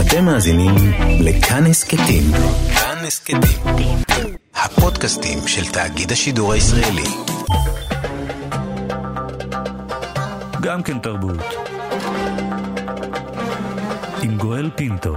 אתם מאזינים לכאן הסכתים. כאן הסכתים, הפודקאסטים של תאגיד השידור הישראלי. גם כן תרבות, עם גואל פינטו.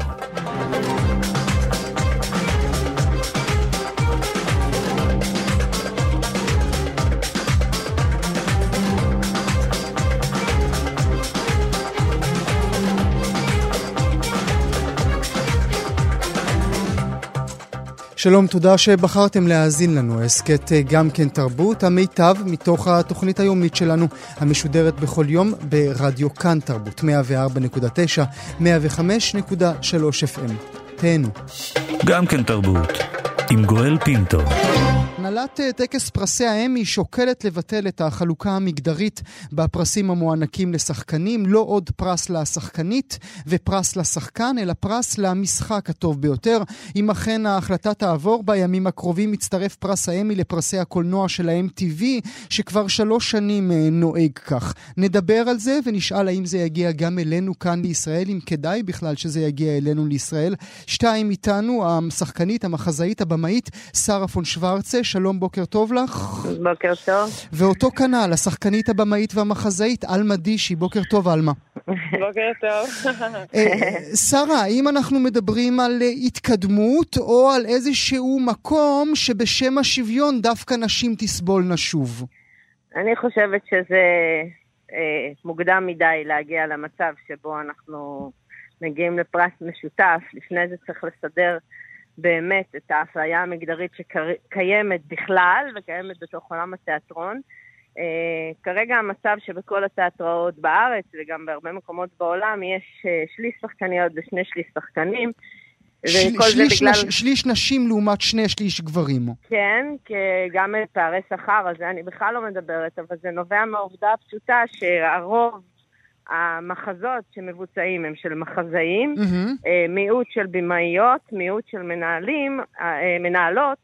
שלום, תודה שבחרתם להאזין לנו. הסכת גם כן תרבות, המיטב מתוך התוכנית היומית שלנו, המשודרת בכל יום ברדיו כאן תרבות, 104.9, 105.3 FM. תהנו. גם כן תרבות, עם גואל פינטו. הנהלת טקס פרסי האמי שוקלת לבטל את החלוקה המגדרית בפרסים המוענקים לשחקנים, לא עוד פרס לשחקנית ופרס לשחקן, אלא פרס למשחק הטוב ביותר. אם אכן ההחלטה תעבור, בימים הקרובים מצטרף פרס האמי לפרסי הקולנוע של ה-MTV, שכבר 3 שנים נוהג כך. נדבר על זה ונשאל האם זה יגיע גם אלינו כאן לישראל, אם כדאי בכלל שזה יגיע אלינו לישראל. 2 איתנו, השחקנית, המחזאית, הבמאית, שרה פון שוורצה. שלום, בוקר טוב לך. בוקר טוב. ואותו כנ"ל, השחקנית, הבמאית והמחזאית, אלמה דישי. בוקר טוב, אלמה. בוקר טוב. שרה, האם אנחנו מדברים על התקדמות או על איזשהו מקום שבשם השוויון דווקא נשים תסבולנה שוב? אני חושבת שזה מוקדם מדי להגיע למצב שבו אנחנו מגיעים לפרס משותף. לפני זה צריך לסדר באמת את האפליה המגדרית שקיימת בכלל וקיימת בתוך עולם התיאטרון. כרגע המצב שבכל התיאטראות בארץ וגם בהרבה מקומות בעולם יש שליש שחקניות ו2 שליש שחקנים. שליש נשים לעומת 2 שליש גברים. כן, גם פערי שכר, אז אני בכלל לא מדברת, אבל זה נובע מהעובדה הפשוטה שהרוב המחזות שמבוצעים הם של מחזאים, מיעוט של במאיות, מיעוט של מנהלות,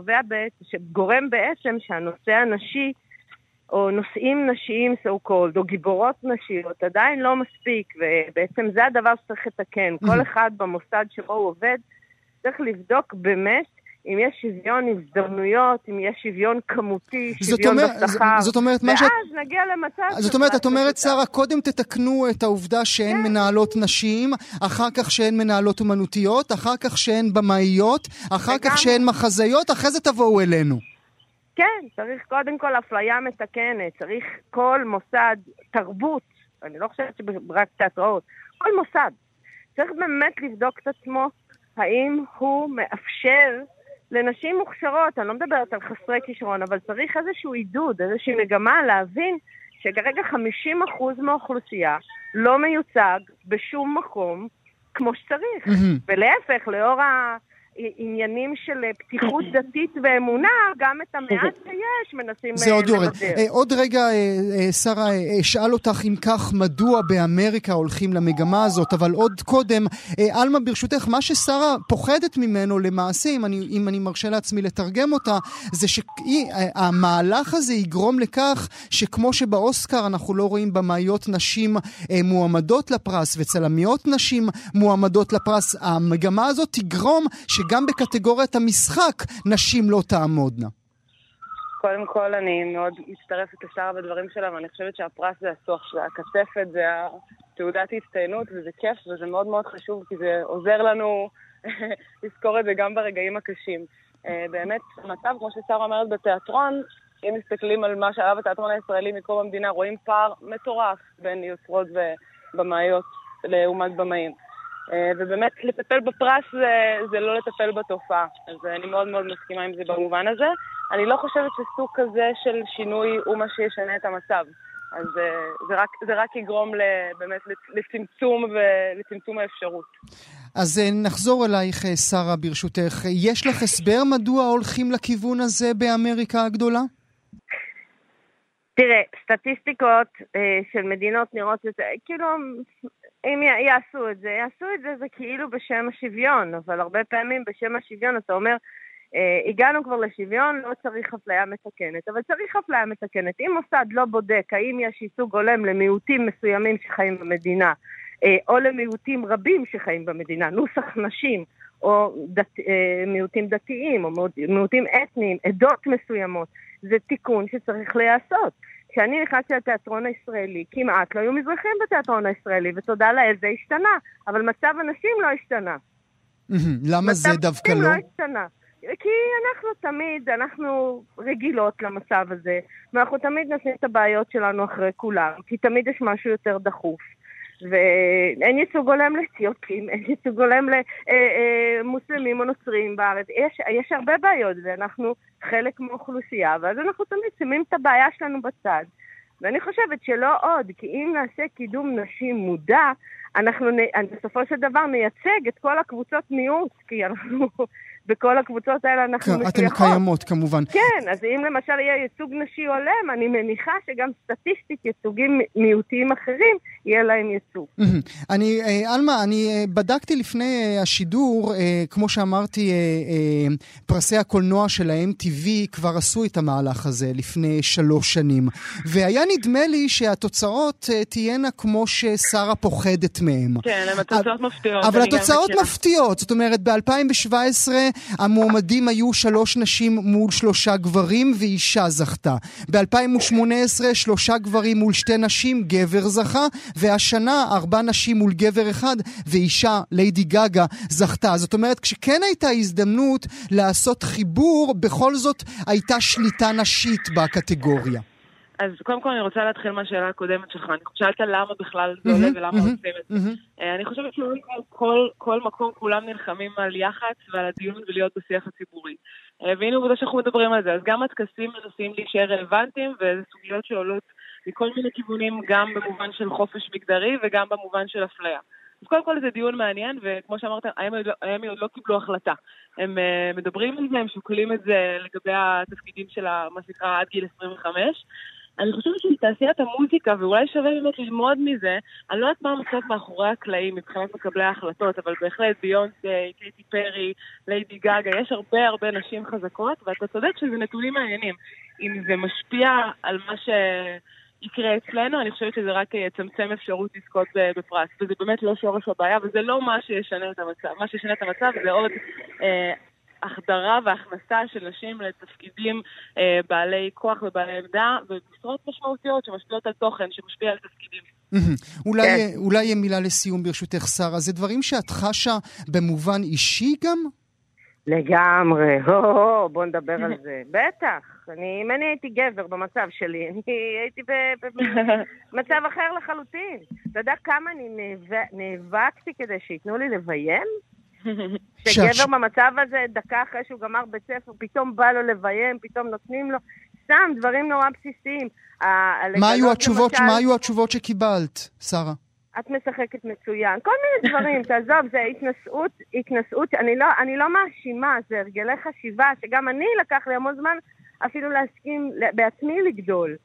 שגורם בעצם שהנושא הנשי, או נושאים נשיים so called, או גיבורות נשיות, עדיין לא מספיק, ובעצם זה הדבר שצריך לתקן. כל אחד במוסד שבו הוא עובד, צריך לבדוק באמת אם יש שוויון הזדמנויות, אם יש שוויון כמותי, שוויון בשכר, ואז נגיע למצב... זאת אומרת, את אומרת, שרה, קודם תתקנו את העובדה שאין מנהלות נשים, אחר כך שאין מנהלות אומנותיות, אחר כך שאין במאיות, אחר כך שאין מחזאיות, אחרי זה תבואו אלינו. כן, צריך קודם כל אפליה מתקנת, צריך כל מוסד תרבות, אני לא חושבת שרק תיאטראות, כל מוסד, צריך באמת לבדוק את עצמו, האם הוא מאפשר לנשים מוכשרות, אני לא מדברת על חסרי כישרון, אבל צריך איזשהו עידוד, איזושהי מגמה להבין שכרגע 50% מהאוכלוסייה לא מיוצג בשום מקום כמו שצריך. ולהפך, לאור העניינים של פתיחות דתית ואמונה, גם את המעט שיש מנסים... זה עוד יורד. עוד רגע, שרה, אשאל אותך אם כך, מדוע באמריקה הולכים למגמה הזאת, אבל עוד קודם, אלמה, ברשותך, מה ששרה פוחדת ממנו למעשה, אם אני מרשה לעצמי לתרגם אותה, זה שהמהלך הזה יגרום לכך שכמו שבאוסקר אנחנו לא רואים במאיות נשים מועמדות לפרס, וצלמיות נשים מועמדות לפרס, המגמה הזאת תגרום שגם בקטגוריית המשחק נשים לא תעמודנה. קודם כל אני מאוד מצטרפת לשרה בדברים שלה, ואני חושבת שהפרס זה הסוח שלה, הקצפת זה תעודת הצטיינות, וזה כיף, וזה מאוד מאוד חשוב, כי זה עוזר לנו לזכור את זה גם ברגעים הקשים. באמת, המצב, כמו ששרה אומרת בתיאטרון, אם מסתכלים על מה שהיה בתיאטרון הישראלי מקום המדינה, רואים פער מטורף בין יוצרות ובמאיות לעומת במאים. ובאמת לטפל בפרס זה לא לטפל בתופעה, אז אני מאוד מאוד מסכימה עם זה במובן הזה. אני לא חושבת שסוג כזה של שינוי הוא מה שישנה את המצב, אז זה רק יגרום באמת לצמצום האפשרות. אז נחזור אלייך, שרה, ברשותך. יש לך הסבר מדוע הולכים לכיוון הזה באמריקה הגדולה? תראה, סטטיסטיקות של מדינות נראות יותר, כאילו, אם יעשו את זה, זה כאילו בשם השוויון, אבל הרבה פעמים בשם השוויון אתה אומר, הגענו כבר לשוויון, לא צריך אפליה מתקנת, אבל צריך אפליה מתקנת. אם מוסד לא בודק האם יש ייצוג הולם למיעוטים מסוימים שחיים במדינה, או למיעוטים רבים שחיים במדינה, נוסח נשים, או מיעוטים דתיים, או מיעוטים אתניים, עדות מסוימות. זה תיקון שצריך לעשות. כשאני נכנסתי לתיאטרון הישראלי, כמעט לא היו מזרחים בתיאטרון הישראלי, ותודה לאל זה השתנה, אבל מצב הנשים לא השתנה. למה זה דווקא לא? מצב הנשים לא השתנה. כי אנחנו רגילות למצב הזה, ואנחנו תמיד נשים את הבעיות שלנו אחרי כולם, כי תמיד יש משהו יותר דחוף. ואין ייצוג הולם לאתיופים, אין ייצוג הולם למוסלמים או נוצרים בארץ. יש הרבה בעיות, ואנחנו חלק מאוכלוסייה, ואז אנחנו תמיד שמים את הבעיה שלנו בצד. ואני חושבת שלא עוד, כי אם נעשה קידום נשים מודע, אנחנו בסופו של דבר נייצג את כל הקבוצות מיעוט, כי אנחנו בכל הקבוצות האלה אנחנו משייכות. אתן קיימות כמובן. כן, אז אם למשל יהיה ייצוג נשי הולם, אני מניחה שגם סטטיסטית ייצוגים מיעוטיים אחרים, יהיה להם ייצוג. אלמה, אני בדקתי לפני השידור, כמו שאמרתי, פרסי הקולנוע של ה-MTV כבר עשו את המהלך הזה לפני 3 שנים, והיה נדמה לי שהתוצאות תהיינה כמו ששרה פוחדת מהם. כן, הן התוצאות מפתיעות. אבל התוצאות מפתיעות, זאת אומרת, ב-2017 המועמדים היו 3 נשים מול 3 גברים ואישה זכתה. ב-2018 3 גברים מול 2 נשים, גבר זכה, והשנה 4 נשים מול גבר אחד ואישה, ליידי גגה, זכתה. זאת אומרת, כשכן הייתה הזדמנות לעשות חיבור, בכל זאת הייתה שליטה נשית בקטגוריה. אז קודם כל אני רוצה להתחיל מהשאלה הקודמת שלך. אני חושבת למה בכלל זה עולה ולמה עושים את זה. אני חושבת שכל מקום כולם נלחמים על יח"צ ועל הדיון ולהיות בשיח הציבורי. והנה עובדה שאנחנו מדברים על זה. אז גם הטקסים מנסים להישאר רלוונטיים, וזה סוגיות שעולות מכל מיני כיוונים, גם במובן של חופש מגדרי וגם במובן של אפליה. אז קודם כל זה דיון מעניין, וכמו שאמרת, הם עוד לא קיבלו החלטה. הם מדברים על זה, הם שוקלים את זה לגבי התפקידים של מה שנקרא עד גיל 25. אני חושבת שתעשיית המוזיקה, ואולי שווה באמת ללמוד מזה, אני לא יודעת מה המצב מאחורי הקלעים מבחינת מקבלי ההחלטות, אבל בהחלט ביונסי, קייטי פרי, ליידי גגה, יש הרבה נשים חזקות, ואתה צודק שזה נתונים מעניינים. אם זה משפיע על מה יקרה אצלנו, אני חושבת שזה רק יצמצם אפשרות לזכות בפרס, וזה באמת לא שורש הבעיה, וזה לא מה שישנה את המצב. מה שישנה את המצב זה עוד החדרה והכנסה של נשים לתפקידים בעלי כוח ובעלי עמדה, ומשרות משמעותיות שמשפיעות על תוכן, שמשפיע על תפקידים. אולי מילה לסיום ברשותך, שרה, זה דברים שאת חשה במובן אישי גם? לגמרי, בוא נדבר על זה. בטח, אם אני הייתי גבר במצב שלי, אני הייתי במצב אחר לחלוטין. אתה יודע כמה אני נאבקתי כדי שיתנו לי לביים? שגבר במצב הזה, דקה אחרי שהוא גמר בית ספר, פתאום בא לו לביים, פתאום נותנים לו, סתם דברים נורא בסיסיים. מה היו התשובות שקיבלת, שרה? את משחקת מצוין. כל מיני דברים, תעזוב, זה התנסות, אני לא מאשימה, זה הרגלי חשיבה, שגם אני לקח לי המון זמן אפילו להסכים בעצמי לגדול.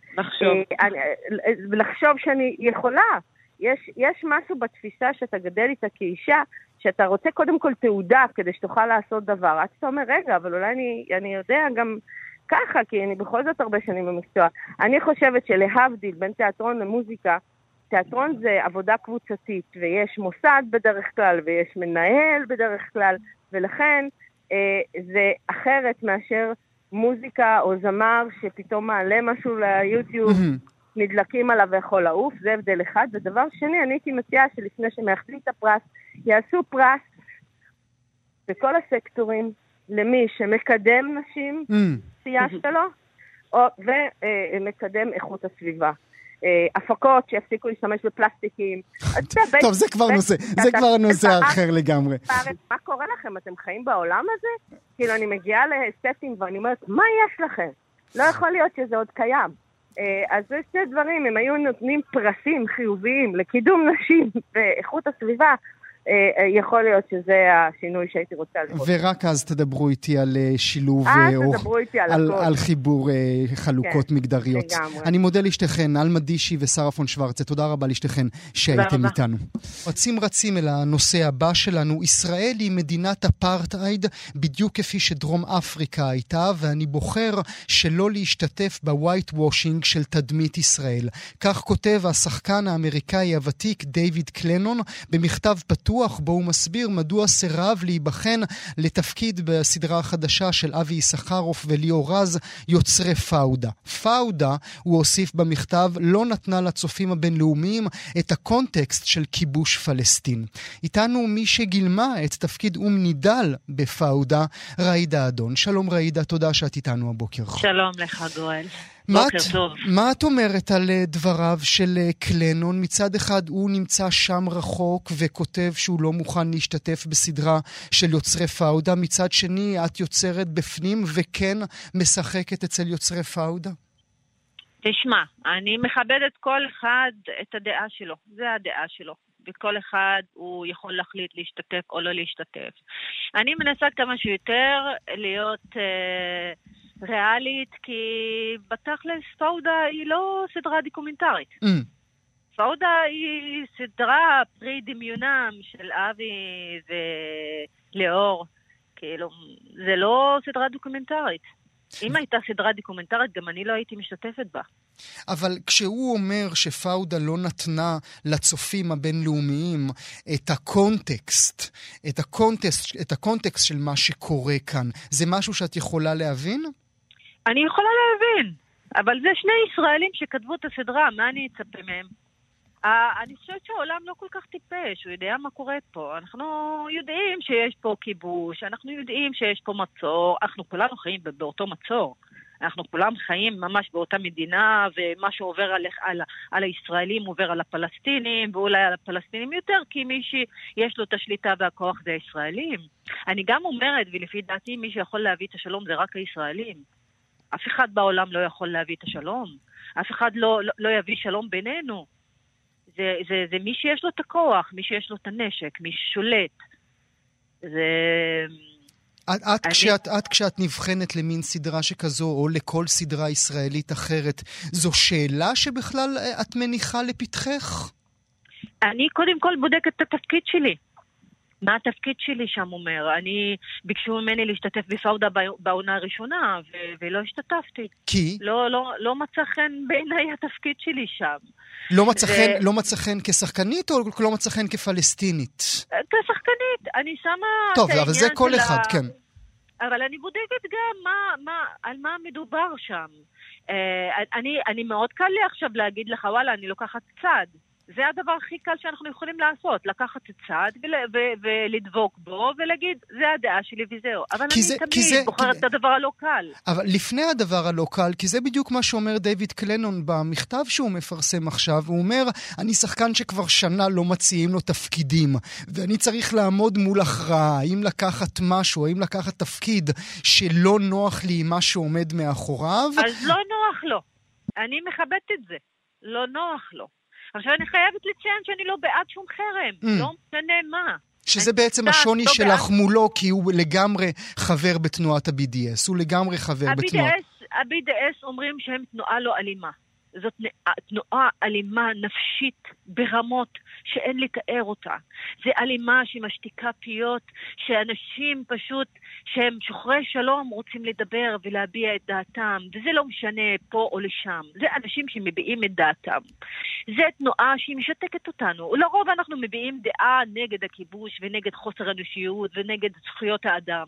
לחשוב שאני יכולה. יש משהו בתפיסה שאתה גדל איתה כאישה, שאתה רוצה קודם כל תעודה כדי שתוכל לעשות דבר. עד שאתה אומר, רגע, אבל אולי אני יודע גם ככה, כי אני בכל זאת הרבה שנים במקצוע. אני חושבת שלהבדיל בין תיאטרון למוזיקה, תיאטרון זה עבודה קבוצתית, ויש מוסד בדרך כלל, ויש מנהל בדרך כלל, ולכן זה אחרת מאשר מוזיקה או זמר שפתאום מעלה משהו ליוטיוב, נדלקים עליו ויכול לעוף, זה הבדל אחד. ודבר שני, אני הייתי מציעה שלפני שמאחדים את הפרס, יעשו פרס בכל הסקטורים למי שמקדם נשים, סיישת לו, ומקדם איכות הסביבה. הפקות שיפסיקו להשתמש בפלסטיקים. טוב, זה כבר נושא אחר לגמרי. מה קורה לכם? אתם חיים בעולם הזה? כאילו אני מגיעה לסטים ואני אומרת, מה יש לכם? לא יכול להיות שזה עוד קיים. אז זה 2 דברים, הם היו נותנים פרסים חיוביים לקידום נשים ואיכות הסביבה, יכול להיות שזה השינוי שהייתי רוצה לראות. ורק אז תדברו איתי על שילוב, תדברו איתי על חיבור חלוקות מגדריות. אני מודה לשתיכן, אלמה דישי ושרה פון שוורצה, תודה רבה לשתיכן שהייתם איתנו. רצים אל הנושא הבא שלנו. ישראל היא מדינת אפרטהייד, בדיוק כפי שדרום אפריקה הייתה, ואני בוחר שלא להשתתף בווייט וושינג של תדמית ישראל. כך כותב השחקן האמריקאי הוותיק דיוויד קלנון במכתב פתוח, בו הוא מסביר מדוע סירב להיבחן לתפקיד בסדרה החדשה של אבי יששכרוף וליאור רז, יוצרי פאודה. פאודה, הוא הוסיף במכתב, לא נתנה לצופים הבינלאומיים את הקונטקסט של כיבוש פלסטין. איתנו מי שגילמה את תפקיד נידל בפאודה, ראידה אדון. שלום ראידה, תודה שאת איתנו הבוקר. שלום לך גואל. בוקר טוב. מה את אומרת על דבריו של קלנון? מצד אחד הוא נמצא שם רחוק וכותב שהוא לא מוכן להשתתף בסדרה של יוצרי פאודה, מצד שני את יוצרת בפנים וכן משחקת אצל יוצרי פאודה? תשמע, אני מכבדת כל אחד את הדעה שלו, זה הדעה שלו, וכל אחד הוא יכול להחליט להשתתף או לא להשתתף. אני מנסה כמה שיותר להיות ריאלית, כי בתכלס פאודה היא לא סדרה דוקומנטרית. פאודה היא סדרה פרי דמיונם של אבי וליאור. כאילו, זה לא סדרה דוקומנטרית. אם הייתה סדרה דוקומנטרית, גם אני לא הייתי משתתפת בה. אבל כשהוא אומר שפאודה לא נתנה לצופים הבינלאומיים את הקונטקסט של מה שקורה כאן, זה משהו שאת יכולה להבין? אני יכולה להבין, אבל זה שני ישראלים שכתבו את הסדרה, מה אני אצפה מהם? אני חושבת שהעולם לא כל כך טיפש, הוא יודע מה קורה פה. אנחנו יודעים שיש פה כיבוש, אנחנו יודעים שיש פה מצור, אנחנו כולנו חיים באותו מצור. אנחנו כולם חיים ממש באותה מדינה, ומה שעובר על הישראלים עובר על הפלסטינים, ואולי על הפלסטינים יותר, כי מי שיש לו את השליטה והכוח זה הישראלים. אני גם אומרת, ולפי דעתי מי שיכול להביא את השלום זה רק הישראלים. אף אחד בעולם לא יכול להביא את השלום. אף אחד לא יביא שלום בינינו. זה מי שיש לו את הכוח, מי שיש לו את הנשק, מי ששולט. את כשאת נבחנת למין סדרה שכזו, או לכל סדרה ישראלית אחרת, זו שאלה שבכלל את מניחה לפתחך? אני קודם כל בודקת את התפקיד שלי. מה התפקיד שלי שם אומר? ביקשו ממני להשתתף בפאודה בעונה הראשונה, ולא השתתפתי. כי? לא מצא חן בעיניי התפקיד שלי שם. לא מצא חן כשחקנית, או לא מצא חן כפלסטינית? כשחקנית. אני שמה... טוב, אבל זה כל אחד, כן. אבל אני בודקת גם על מה מדובר שם. אני מאוד קל לי עכשיו להגיד לך, וואלה, אני לוקחת צד. זה הדבר הכי קל שאנחנו יכולים לעשות, לקחת את צעד ולדבוק בו ולהגיד, זה הדעה שלי וזהו. אבל אני תמיד בוחרת את הדבר הלא קל. אבל לפני הדבר הלא קל, כי זה בדיוק מה שאומר דיוויד קלנון במכתב שהוא מפרסם עכשיו, הוא אומר, אני שחקן שכבר שנה לא מציעים לו תפקידים, ואני צריך לעמוד מול הכרעה, האם לקחת משהו, האם לקחת תפקיד שלא נוח לי מה שעומד מאחוריו. אז לא נוח לו. אני מכבדת את זה. לא נוח לו. עכשיו אני חייבת לציין שאני לא בעד שום חרם, לא משנה מה. שזה בעצם השוני שלך מולו, כי הוא לגמרי חבר בתנועת ה-BDS, הוא לגמרי חבר בתנועת... ה-BDS אומרים שהם תנועה לא אלימה. זאת תנועה אלימה נפשית ברמות שאין לתאר אותה. זה אלימה שמשתיקה פיות, שאנשים פשוט, שהם שוחרי שלום רוצים לדבר ולהביע את דעתם, וזה לא משנה פה או לשם. זה אנשים שמביעים את דעתם. זה תנועה שהיא משתקת אותנו. לרוב אנחנו מביעים דעה נגד הכיבוש ונגד חוסר אנושיות ונגד זכויות האדם.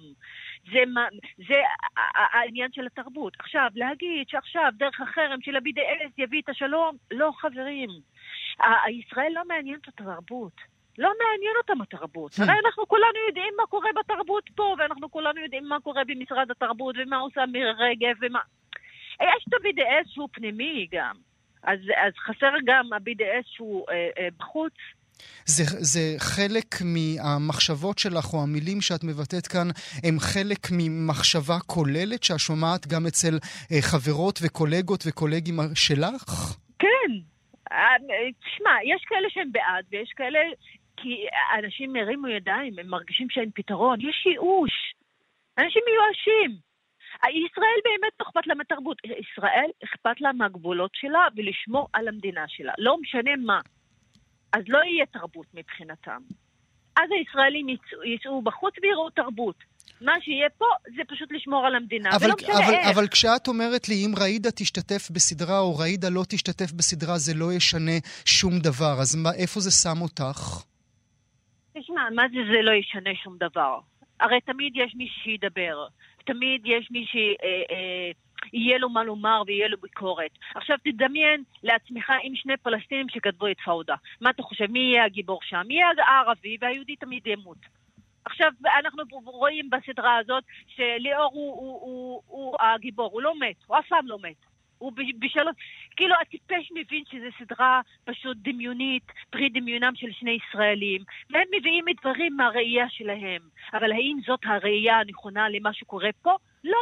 זה העניין של התרבות. עכשיו, להגיד שעכשיו דרך החרם של ה-BDS יביא את השלום, לא חברים. ישראל לא מעניין את התרבות. לא מעניין אותם התרבות. הרי אנחנו כולנו יודעים מה קורה בתרבות פה, ואנחנו כולנו יודעים מה קורה במשרד התרבות, ומה עושה מרגב, ומה... יש את ה-BDS שהוא פנימי גם. אז חסר גם ה-BDS שהוא בחוץ. זה חלק מהמחשבות שלך, או המילים שאת מבטאת כאן, הם חלק ממחשבה כוללת שהשומעת גם אצל חברות וקולגות וקולגים שלך? כן. תשמע, יש כאלה שהם בעד, ויש כאלה כי אנשים מרימו ידיים, הם מרגישים שאין פתרון. יש ייאוש. אנשים מיואשים. ישראל באמת אכפת לה מתרבות. ישראל אכפת לה מהגבולות שלה ולשמור על המדינה שלה. לא משנה מה. אז לא יהיה תרבות מבחינתם. אז הישראלים יצאו בחוץ ויראו תרבות. מה שיהיה פה זה פשוט לשמור על המדינה. אבל כשאת אומרת לי, אם ראידה תשתתף בסדרה או ראידה לא תשתתף בסדרה, זה לא ישנה שום דבר. אז איפה זה שם אותך? תשמע, מה זה לא ישנה שום דבר? הרי תמיד יש מי שידבר. תמיד יש מי שיהיה לו מה לומר ויהיה לו ביקורת. עכשיו תדמיין לעצמך עם שני פלסטינים שכתבו את פאודה. מה אתה חושב? מי יהיה הגיבור שם? מי יהיה הערבי והיהודי תמיד ימות. עכשיו אנחנו רואים בסדרה הזאת שליאור הוא הגיבור, הוא לא מת, הוא אף פעם לא מת. הוא בשלוש, כאילו הטיפש מבין שזה סדרה פשוט דמיונית, פרי דמיונם של שני ישראלים, והם מביאים את דברים מהראייה שלהם. אבל האם זאת הראייה הנכונה למה שקורה פה? לא.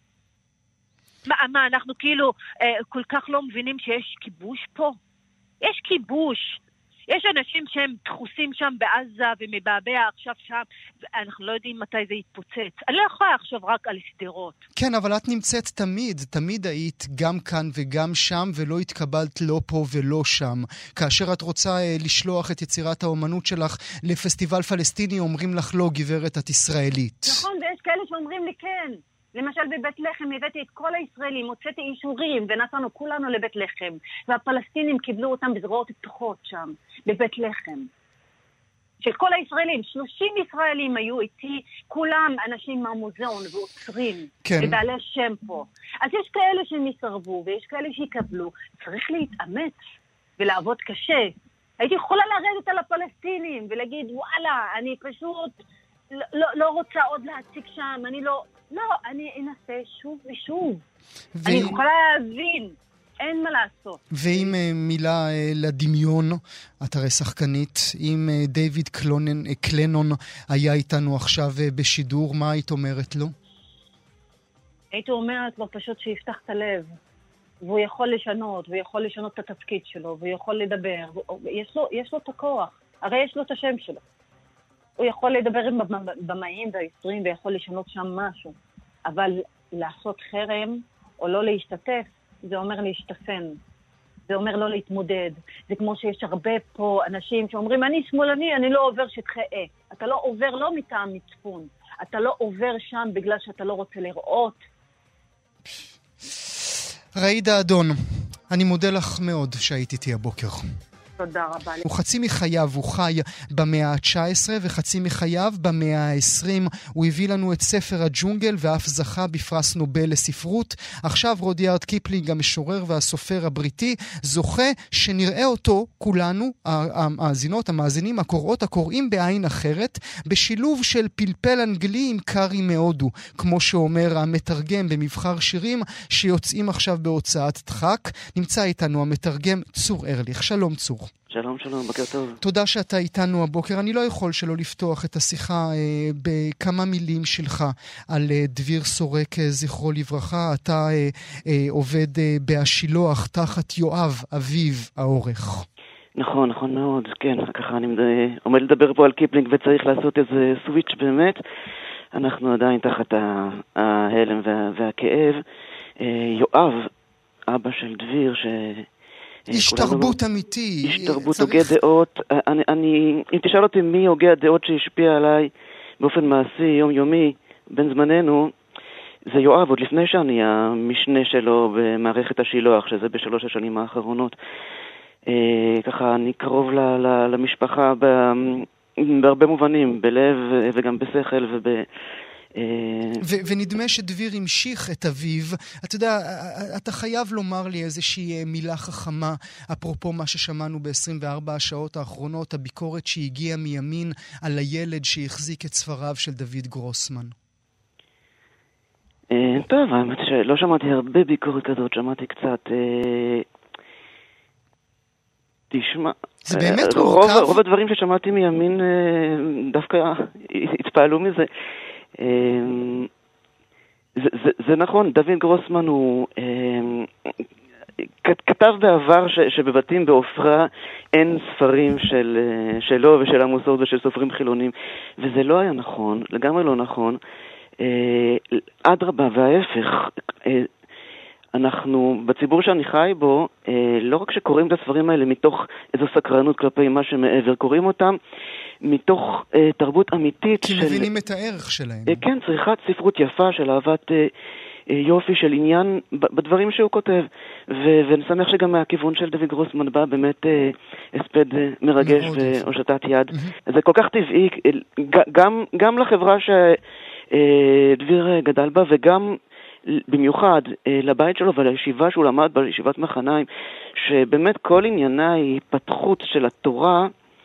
מה אנחנו כאילו כל כך לא מבינים שיש כיבוש פה? יש כיבוש. יש אנשים שהם דחוסים שם בעזה ומבעבע עכשיו שם, ואנחנו לא יודעים מתי זה יתפוצץ. אני לא יכולה לחשוב רק על סדרות. כן, אבל את נמצאת תמיד היית גם כאן וגם שם, ולא התקבלת לא פה ולא שם. כאשר את רוצה לשלוח את יצירת האומנות שלך לפסטיבל פלסטיני, אומרים לך לא, גברת, את ישראלית. נכון, ויש כאלה שאומרים לי כן. למשל בבית לחם הבאתי את כל הישראלים, הוצאתי אישורים ונסענו כולנו לבית לחם, והפלסטינים קיבלו אותם בזרועות פתוחות שם, בבית לחם. של כל הישראלים, 30 ישראלים היו איתי, כולם אנשים מהמוזיאון ואוצרים, כן. ובעלי שם פה. אז יש כאלה שמסרבו ויש כאלה שיקבלו, צריך להתאמץ ולעבוד קשה. הייתי יכולה לרדת על הפלסטינים ולהגיד, וואלה, אני פשוט לא רוצה עוד להציג שם, אני אנסה שוב ושוב. אני יכולה להבין, אין מה לעשות. ואם מילה לדמיון, את הרי שחקנית, אם דיוויד קלנון היה איתנו עכשיו בשידור, מה היית אומרת לו? הייתי אומרת לו פשוט שיפתח את הלב, והוא יכול לשנות, והוא יכול לשנות את התפקיד שלו, והוא יכול לדבר, יש לו את הכוח, הרי יש לו את השם שלו. הוא יכול לדבר עם במאים והיוצרים ויכול לשנות שם משהו. אבל לעשות חרם או לא להשתתף, זה אומר להשתפן. זה אומר לא להתמודד. זה כמו שיש הרבה פה אנשים שאומרים, אני שמאלני, אני לא עובר שטחי A. אתה לא עובר לא מטעם מצפון. אתה לא עובר שם בגלל שאתה לא רוצה לראות. ראידה אדון, אני מודה לך מאוד שהיית איתי הבוקר. תודה רבה. הוא חצי מחייו, הוא חי במאה ה-19 וחצי מחייו במאה ה-20. הוא הביא לנו את ספר הג'ונגל ואף זכה בפרס נובל לספרות. עכשיו רודיארד קיפלינג, המשורר והסופר הבריטי, זוכה שנראה אותו כולנו, המאזינים, הקוראות, הקוראים בעין אחרת, בשילוב של פלפל אנגלי עם קארי מהודו, כמו שאומר המתרגם במבחר שירים שיוצאים עכשיו בהוצאת דחק. נמצא איתנו המתרגם צור ארליך. שלום צור. שלום, בוקר טוב. תודה שאתה איתנו הבוקר. אני לא יכול שלא לפתוח את השיחה בכמה מילים שלך על דביר סורק, זכרו לברכה. אתה עובד בהשילוח תחת יואב, אביו העורך. נכון מאוד, כן. ככה אני עומד לדבר פה על קיפלינג וצריך לעשות איזה סוויץ' באמת. אנחנו עדיין תחת ההלם והכאב. יואב, אבא של דביר, איש תרבות אמיתי. איש תרבות הוגה דעות. אם תשאל אותי מי הוגה הדעות שהשפיע עליי באופן מעשי, יומיומי, בין זמננו, זה יואב, עוד לפני שאני המשנה שלו במערכת השילוח, שזה ב3 השנים האחרונות. ככה אני קרוב למשפחה בהרבה מובנים, בלב וגם בשכל ונדמה שדביר המשיך את אביו. אתה יודע, אתה חייב לומר לי איזושהי מילה חכמה אפרופו מה ששמענו ב-24 השעות האחרונות, הביקורת שהגיעה מימין על הילד שהחזיק את ספריו של דוד גרוסמן. טוב, האמת שלא שמעתי הרבה ביקורת כזאת, שמעתי קצת. תשמע, זה באמת מורכב. רוב הדברים ששמעתי מימין דווקא התפעלו מזה. זה נכון, דוד גרוסמן הוא כתב בעבר שבבתים בעופרה אין ספרים שלו ושל עמוס עוז ושל סופרים חילונים, וזה לא היה נכון, לגמרי לא נכון. אדרבה וההפך, אנחנו בציבור שאני חי בו, לא רק שקוראים את הספרים האלה מתוך איזו סקרנות כלפי מה שמעבר, קוראים אותם מתוך תרבות אמיתית. כי מבינים את הערך שלהם. כן, צריכת ספרות יפה של אהבת יופי, של עניין בדברים שהוא כותב. ואני שמח שגם מהכיוון של דוד גרוסמן בא באמת הספד מרגש והושטת יד. זה כל כך טבעי, גם לחברה שדביר גדל בה, וגם במיוחד לבית שלו ולישיבה שהוא למד בה, ישיבת מחניים, שבאמת כל עניינה היא פתחות של התורה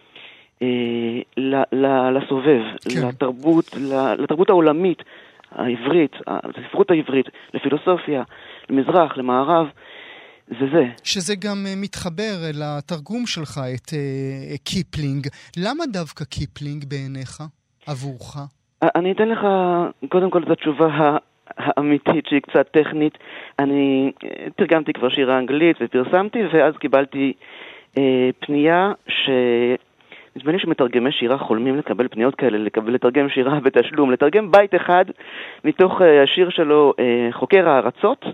לסובב, כן. לתרבות העולמית, העברית, הספרות העברית, לפילוסופיה, למזרח, למערב, זה. שזה גם מתחבר לתרגום שלך את קיפלינג. למה דווקא קיפלינג בעיניך, עבורך? אני אתן לך קודם כל את התשובה האמיתית שהיא קצת טכנית. אני תרגמתי כבר שירה אנגלית ופרסמתי, ואז קיבלתי פנייה נדמה לי שמתרגמי שירה חולמים לקבל פניות כאלה, לתרגם שירה בתשלום, לתרגם בית אחד מתוך השיר שלו, חוקר הארצות,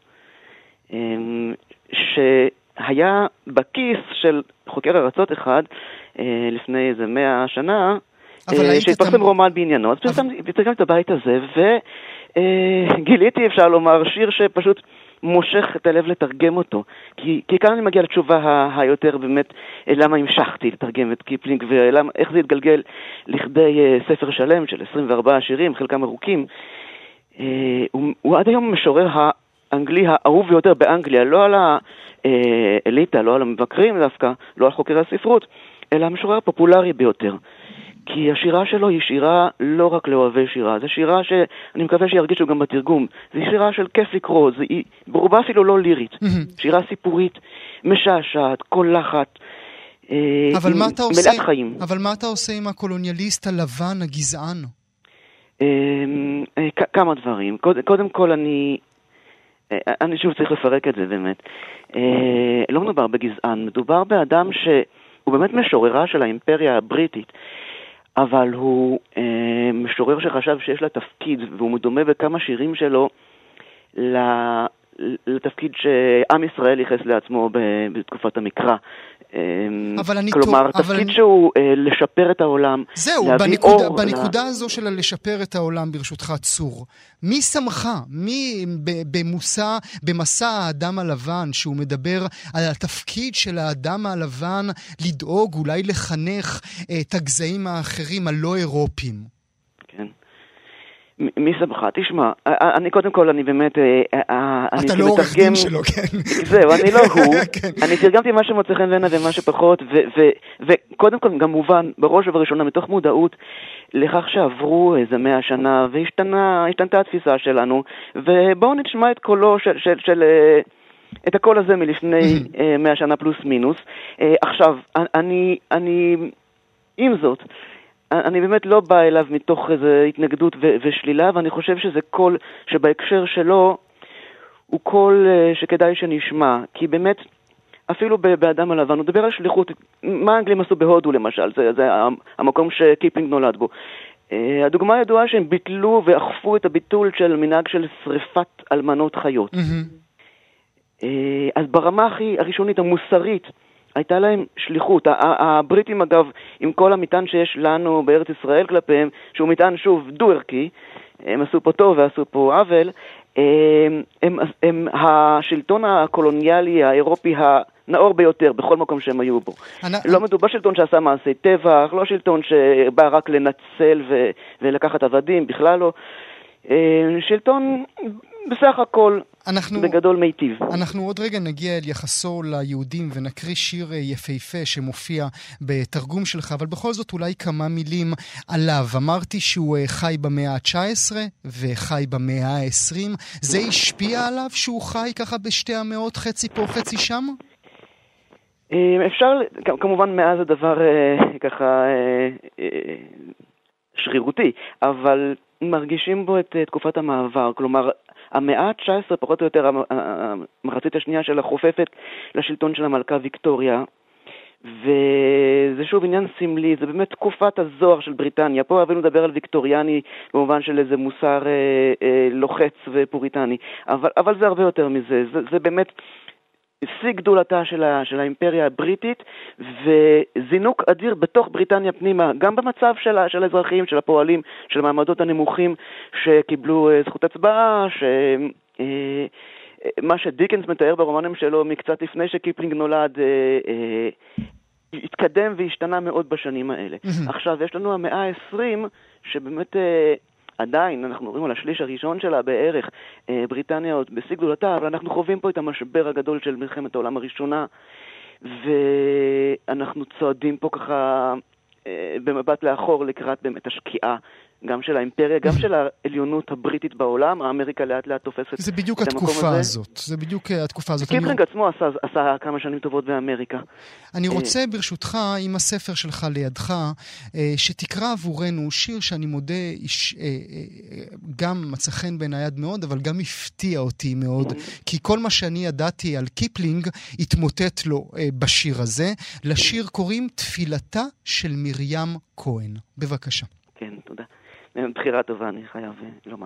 שהיה בכיס של חוקר הארצות אחד לפני איזה 100 שנה, שהתפרסם רומן בעניינו. אז תרגם את הבית הזה, וגיליתי, אפשר לומר, שיר שפשוט מושך את הלב לתרגם אותו. כי כאן אני מגיע לתשובה היותר באמת, למה המשכתי לתרגם את קיפלינג, ואיך זה התגלגל לכדי ספר שלם של 24 שירים, חלקם ארוכים. הוא עד היום משורר האנגלי האהוב ביותר באנגליה, לא על האליטה, לא על המבקרים דווקא, לא על חוקרי הספרות, אלא המשורר הפופולרי ביותר. כי השירה שלו היא שירה לא רק לאוהבי שירה, זו שירה שאני מקווה שירגישו גם בתרגום. זו שירה של כיף לקרוא, היא ברובה אפילו לא לירית. שירה סיפורית, משעשעת, קולחת, מלאת חיים. אבל מה אתה עושה עם הקולוניאליסט הלבן, הגזען? כמה דברים. קודם כל אני שוב צריך לפרק את זה באמת. לא מדובר בגזען, מדובר באדם שהוא באמת משוררה של האימפריה הבריטית. אבל הוא משורר שחשב שיש לה תפקיד, והוא מדומה בכמה שירים שלו לתפקיד שעם ישראל ייחס לעצמו בתקופת המקרא. כלומר, תפקיד שהוא לשפר את העולם, זהו, בנקודה הזו של לשפר את העולם, ברשותך צור. מי שמך? מי במסע האדם הלבן, שהוא מדבר על התפקיד של האדם הלבן לדאוג, אולי לחנך את הגזעים האחרים הלא אירופיים? כן. מי שמך? תשמע, אני קודם כל, אני באמת, אתה לא עורך דין שלו, כן. זהו, אני לא הוא. אני תרגמתי מה שמוצא חן בעיניי ומה שפחות, וקודם כל גם מובן, בראש ובראשונה, מתוך מודעות, לכך שעברו איזה 100 שנה, והשתנתה התפיסה שלנו, ובואו נשמע את קולו את הקול הזה מלפני 100 שנה פלוס מינוס. עכשיו, עם זאת, אני באמת לא בא אליו מתוך איזו התנגדות ושלילה, ואני חושב שזה קול שבהקשר שלו הוא קול שכדאי שנשמע, כי באמת אפילו באדם הלבן הוא דבר על שליחות. מה האנגלים עשו בהודו למשל, זה המקום שקיפלינג נולד בו. הדוגמה הידועה שהם ביטלו ואכפו את הביטול של מנהג של שריפת אלמנות חיות. אז ברמה הכי הראשונית המוסרית הייתה להם שליחות. הבריטים אגב, עם כל המטען שיש לנו בארץ ישראל כלפיהם, שהוא מטען שוב דו-ערכי, הם עשו פה טוב ועשו פה עוול, הם השלטון הקולוניאלי האירופי הנאור ביותר בכל מקום שהם היו בו. לא מדובר שלטון שעשה מעשי טבח, לא שלטון שבא רק לנצל ולקחת עבדים, בכלל לא. שלטון בסך הכל בגדול מיטיב. אנחנו עוד רגע נגיע אל יחסו ליהודים ונקריא שיר יפהפה שמופיע בתרגום שלך, אבל בכל זאת אולי כמה מילים עליו. אמרתי שהוא חי במאה ה-19 וחי במאה ה-20. זה השפיע עליו שהוא חי ככה בשתי המאות, חצי פה חצי שם? אפשר, כמובן מאז הדבר ככה שרירותי, אבל מרגישים בו את תקופת המעבר. כלומר, המאה ה-19, פחות או יותר המחצית השנייה של החופפת לשלטון של המלכה ויקטוריה, וזה שוב עניין סמלי, זה באמת תקופת הזוהר של בריטניה. פה אוהבים לדבר על ויקטוריאני במובן של איזה מוסר לוחץ ופוריטני, אבל זה הרבה יותר מזה. זה באמת שיא גדולתה של האימפריה הבריטית, וזינוק אדיר בתוך בריטניה פנימה, גם במצב של האזרחים, של הפועלים, של המעמדות הנמוכים שקיבלו זכות הצבעה, מה שדיקנס מתאר ברומנים שלו מקצת לפני שקיפלינג נולד, התקדם והשתנה מאוד בשנים האלה. עכשיו, יש לנו המאה ה-20, שבאמת עדיין, אנחנו רואים על השליש הראשון שלה בערך, בריטניה עוד בשיא גדולתה, אבל אנחנו חווים פה את המשבר הגדול של מלחמת העולם הראשונה, ואנחנו צועדים פה ככה במבט לאחור לקראת באמת השקיעה, גם של האימפריה, גם של העליונות הבריטית בעולם. האמריקה לאט לאט תופסת את המקום הזה. זה בדיוק התקופה הזאת. זה בדיוק התקופה הזאת. קיפלינג עצמו עשה כמה שנים טובות באמריקה. אני רוצה ברשותך, עם הספר שלך לידך, שתקרא עבורנו שיר שאני מודה, גם מצא חן בעיניי מאוד, אבל גם הפתיע אותי מאוד, כי כל מה שאני ידעתי על קיפלינג התמוטט לו בשיר הזה. לשיר קוראים תפילתה של מרים כהן. בבקשה. כן, תודה. בחירה טובה, אני חייב לומר.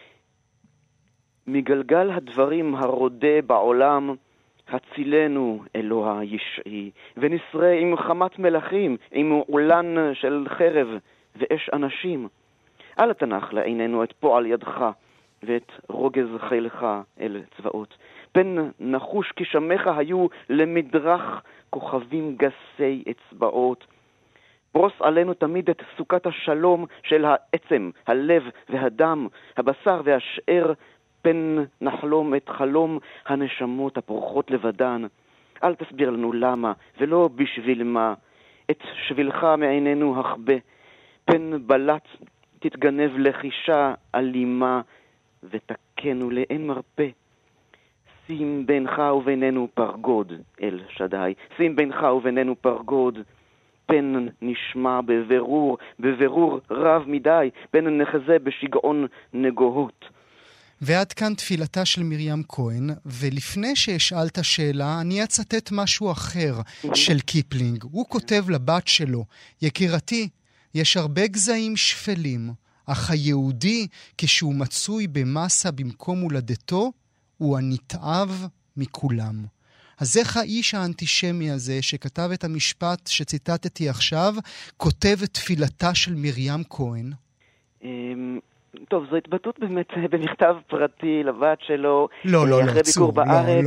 מגלגל הדברים הרודה בעולם, הצילנו אלוה ישעי, ונשרה עם חמת מלאכים, עם עולן של חרב ואש אנשים. אל תנח לעינינו את פועל ידך, ואת רוגז חילך אל צבאות. פן נחוש כי שמך היו למדרך כוכבים גסי אצבעות. פרוס עלינו תמיד את סוכת השלום של העצם, הלב והדם, הבשר והשאר, פן נחלום את חלום הנשמות הפורחות לבדן. אל תסביר לנו למה, ולא בשביל מה. את שבילך מעינינו החבא, פן בלט תתגנב לחישה אלימה, ותקנו לאין מרפא. שים בינך ובינינו פרגוד, אל שדי, שים בינך ובינינו פרגוד, פן נשמע בבירור רב מדי, פן נחזה בשגעון נגוהות. ועד כאן תפילתה של מרים כהן, ולפני שאשאלת שאלה, אני אצטט משהו אחר של קיפלינג. הוא כותב לבת שלו, יקירתי, יש הרבה גזעים שפלים, אך היהודי, כשהוא מצוי במסה במקום הולדתו, הוא הנתעב מכולם. אז איך האיש האנטישמי הזה שכתב את המשפט שציטטתי עכשיו, כותב את תפילתה של מרים כהן? טוב, זו התבטאות באמת במכתב פרטי לבת שלו, אחרי ביקור בארץ,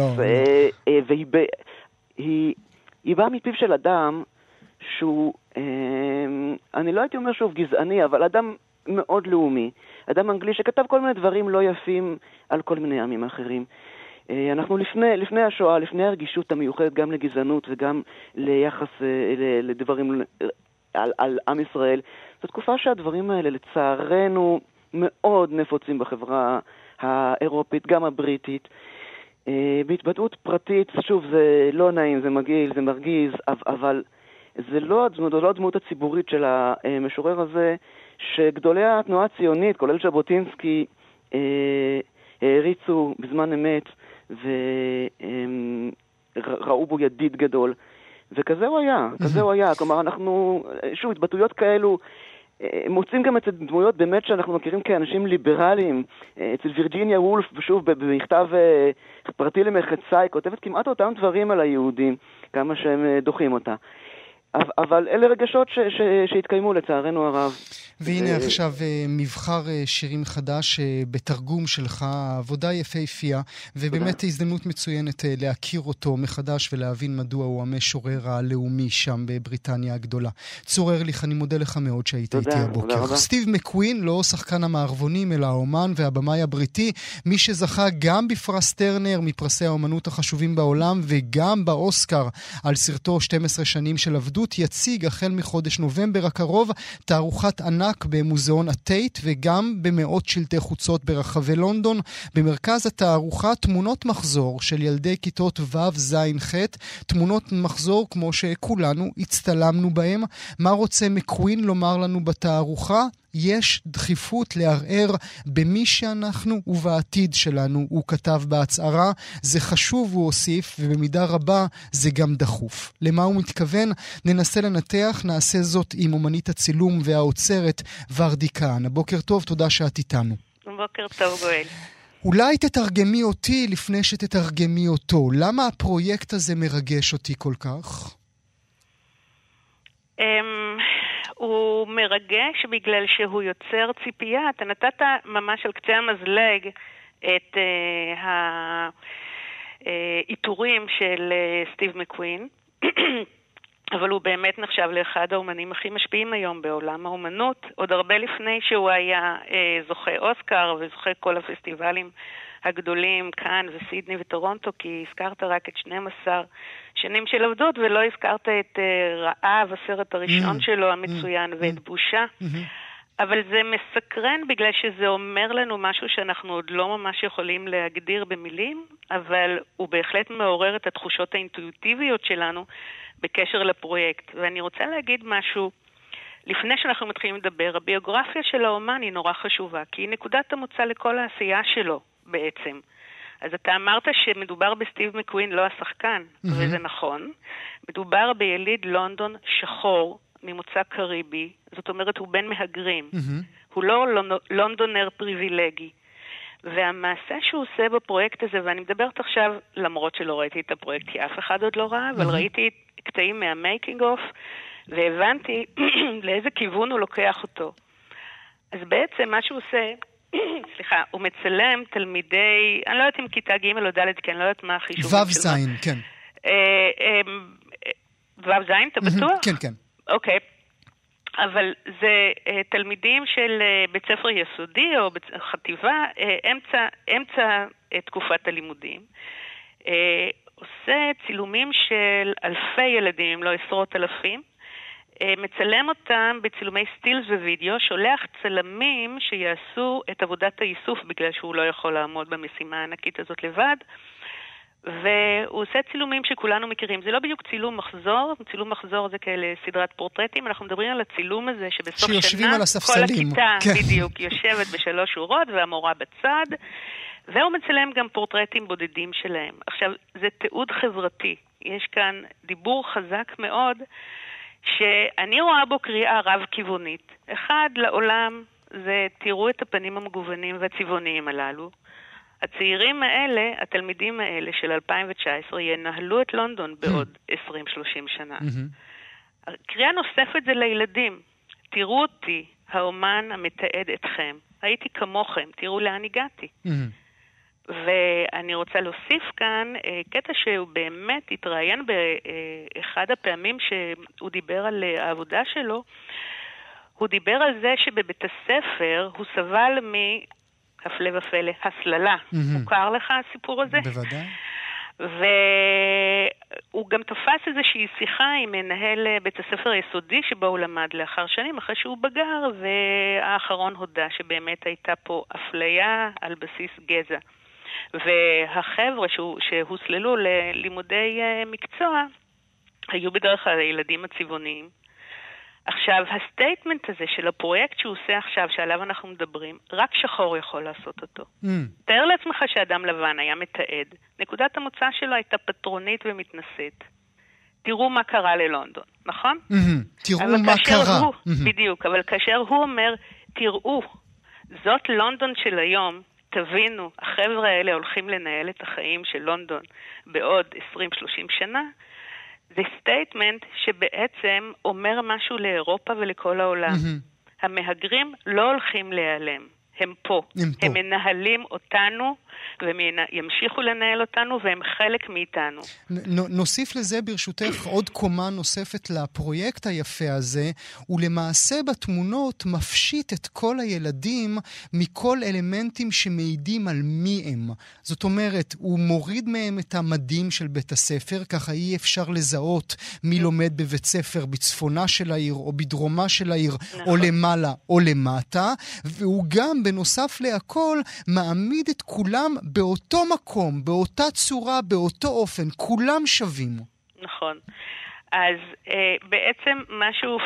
והיא באה מפיו של אדם שהוא, אני לא הייתי אומר שוב גזעני, אבל אדם מאוד לאומי, אדם אנגלי שכתב כל מיני דברים לא יפים על כל מיני עמים אחרים. אנחנו לפני השואה, לפני הרגישות המיוחדת גם לגזענות וגם ליחס לדברים על עם ישראל, זו תקופה שהדברים האלה לצערנו מאוד נפוצים בחברה האירופית, גם הבריטית. בהתבטאות פרטית, שוב, זה לא נעים, זה מגעיל, זה מרגיז, אבל זה לא הדמות הציבורית של המשורר הזה, שגדולי התנועה הציונית, כולל ז'בוטינסקי, העריצו בזמן אמת, וראו בו ידיד גדול, וכזה הוא היה, כלומר אנחנו, שוב, התבטאויות כאלו, מוצאים גם את הדמויות באמת שאנחנו מכירים כאנשים ליברליים, אצל וירג'יניה וולף, ושוב, במכתב פרטי למחצאי, כותבת כמעט אותם דברים על היהודים, כמה שהם דוחים אותה. אבל אלה רגשות שהתקיימו לצערנו הרב. והנה עכשיו מבחר שירים חדש בתרגום שלך, עבודה יפהפייה, ובאמת הזדמנות מצוינת להכיר אותו מחדש ולהבין מדוע הוא המשורר הלאומי שם בבריטניה הגדולה. צור ארליך, אני מודה לך מאוד שהיית איתי הבוקר. סטיב מקווין, לא שחקן המערבונים אלא האומן והבמאי הבריטי, מי שזכה גם בפרס טרנר מפרסי האומנות החשובים בעולם וגם באוסקר על סרטו 12 שנים של עבדות, התאחדות יציג החל מחודש נובמבר הקרוב תערוכת ענק במוזיאון הטייט וגם במאות שלטי חוצות ברחבי לונדון. במרכז התערוכה תמונות מחזור של ילדי כיתות ו' ז' ח', תמונות מחזור כמו שכולנו הצטלמנו בהם. מה רוצה מקווין לומר לנו בתערוכה? יש דחיפות לערער במי שאנחנו ובעתיד שלנו, הוא כתב בהצהרה. זה חשוב, הוא הוסיף, ובמידה רבה זה גם דחוף. למה הוא מתכוון? ננסה לנתח, נעשה זאת עם אומנית הצילום והאוצרת ורדי כהן. בוקר טוב, תודה שאת איתנו. בוקר טוב גואל. אולי תתרגמי אותי לפני שתתרגמי אותו. למה הפרויקט הזה מרגש אותי כל כך? הוא מרגש בגלל שהוא יוצר ציפייה. אתה נתת ממש על קצה המזלג את העיטורים של סטיב מקווין, אבל הוא באמת נחשב לאחד האומנים הכי משפיעים היום בעולם האומנות, עוד הרבה לפני שהוא היה זוכה אוסקר וזוכה כל הפסטיבלים הגדולים, כאן וסידני וטורונטו, כי הזכרת רק את 12 שנים של עבדות, ולא הזכרת את רעב, הסרט הראשון שלו המצוין, ואת בושה. אבל זה מסקרן בגלל שזה אומר לנו משהו שאנחנו עוד לא ממש יכולים להגדיר במילים, אבל הוא בהחלט מעורר את התחושות האינטואיטיביות שלנו בקשר לפרויקט. ואני רוצה להגיד משהו, לפני שאנחנו מתחילים לדבר, הביוגרפיה של האומן היא נורא חשובה, כי היא נקודת המוצא לכל העשייה שלו בעצם. אז אתה אמרת שמדובר בסטיב מקווין, לא השחקן, וזה נכון. מדובר ביליד לונדון שחור, ממוצא קריבי, זאת אומרת הוא בן מהגרים. הוא לא לונדונר פריבילגי. והמעשה שהוא עושה בפרויקט הזה, ואני מדברת עכשיו, למרות שלא ראיתי את הפרויקט, כי אף אחד עוד לא ראה, אבל ראיתי קטעים מהמייקינג אוף, והבנתי לאיזה כיוון הוא לוקח אותו. אז בעצם מה שהוא עושה, סליחה, הוא מצלם תלמידי, אני לא יודעת אם כיתה ג' או ד', כי אני לא יודעת מה החישובים שלו. ו' זין, כן. ו' זין, אתה בטוח? כן, כן. אוקיי. אבל זה תלמידים של בית ספר יסודי או חטיבה, אמצע תקופת הלימודים. עושה צילומים של אלפי ילדים, אם לא עשרות אלפים. מצלם אותם בצילומי סטילס ווידאו, שולח צלמים שיעשו את עבודת האיסוף בגלל שהוא לא יכול לעמוד במשימה הענקית הזאת לבד. והוא עושה צילומים שכולנו מכירים. זה לא בדיוק צילום מחזור, צילום מחזור זה כאלה סדרת פורטרטים, אנחנו מדברים על הצילום הזה שבסוף שנה כל הכיתה בדיוק יושבת בשלוש שורות והמורה בצד, והוא מצלם גם פורטרטים בודדים שלהם. עכשיו, זה תיעוד חברתי. יש כאן דיבור חזק מאוד שאני רואה בו קריאה רב-כיוונית. אחד, לעולם זה תראו את הפנים המגוונים והצבעוניים הללו. הצעירים האלה, התלמידים האלה של 2019, ינהלו את לונדון בעוד 20-30 שנה. קריאה נוספת זה לילדים. תראו אותי, האומן המתעד אתכם. הייתי כמוכם, תראו לאן הגעתי. ואני רוצה להוסיף כאן קטע שהוא באמת התראיין באחד הפעמים שהוא דיבר על העבודה שלו. הוא דיבר על זה שבבית הספר הוא סבל הפלא ופלא, הסללה. מוכר לך הסיפור הזה? בוודאי. והוא גם תפס איזושהי שיחה עם מנהל בית הספר היסודי שבו הוא למד לאחר שנים, אחרי שהוא בגר, והאחרון הודע שבאמת הייתה פה אפליה על בסיס גזע. והחבר'ה שהוסללו ללימודי מקצוע היו בדרך כלל הילדים הצבעוניים. עכשיו, הסטייטמנט הזה של הפרויקט שהוא עושה עכשיו, שעליו אנחנו מדברים, רק שחור יכול לעשות אותו. תאר לעצמך שאדם לבן היה מתעד. נקודת המוצא שלו הייתה פטרונית ומתנשאת. תראו מה קרה ללונדון, נכון? תראו מה קרה. בדיוק, אבל כאשר הוא אומר, תראו, זאת לונדון של היום, תבינו, החבר'ה האלה הולכים לנהל את החיים של לונדון בעוד 20-30 שנה, זה סטייטמנט שבעצם אומר משהו לאירופה ולכל העולם. המהגרים לא הולכים להיעלם. הם פה. הם מנהלים אותנו, והם ימשיכו לנהל אותנו, והם חלק מאיתנו. נוסיף לזה ברשותך עוד קומה נוספת לפרויקט היפה הזה, ולמעשה בתמונות מפשיט את כל הילדים מכל אלמנטים שמעידים על מי הם. זאת אומרת, הוא מוריד מהם את המדים של בית הספר, ככה אי אפשר לזהות מי לומד בבית ספר בצפונה של העיר, או בדרומה של העיר, או למעלה או למטה, והוא גם בנוסף להכל מעמיד את כולם באותו מקום, באותה צורה, באותו אופן, כולם שווים. נכון. אז בעצם מה שהוא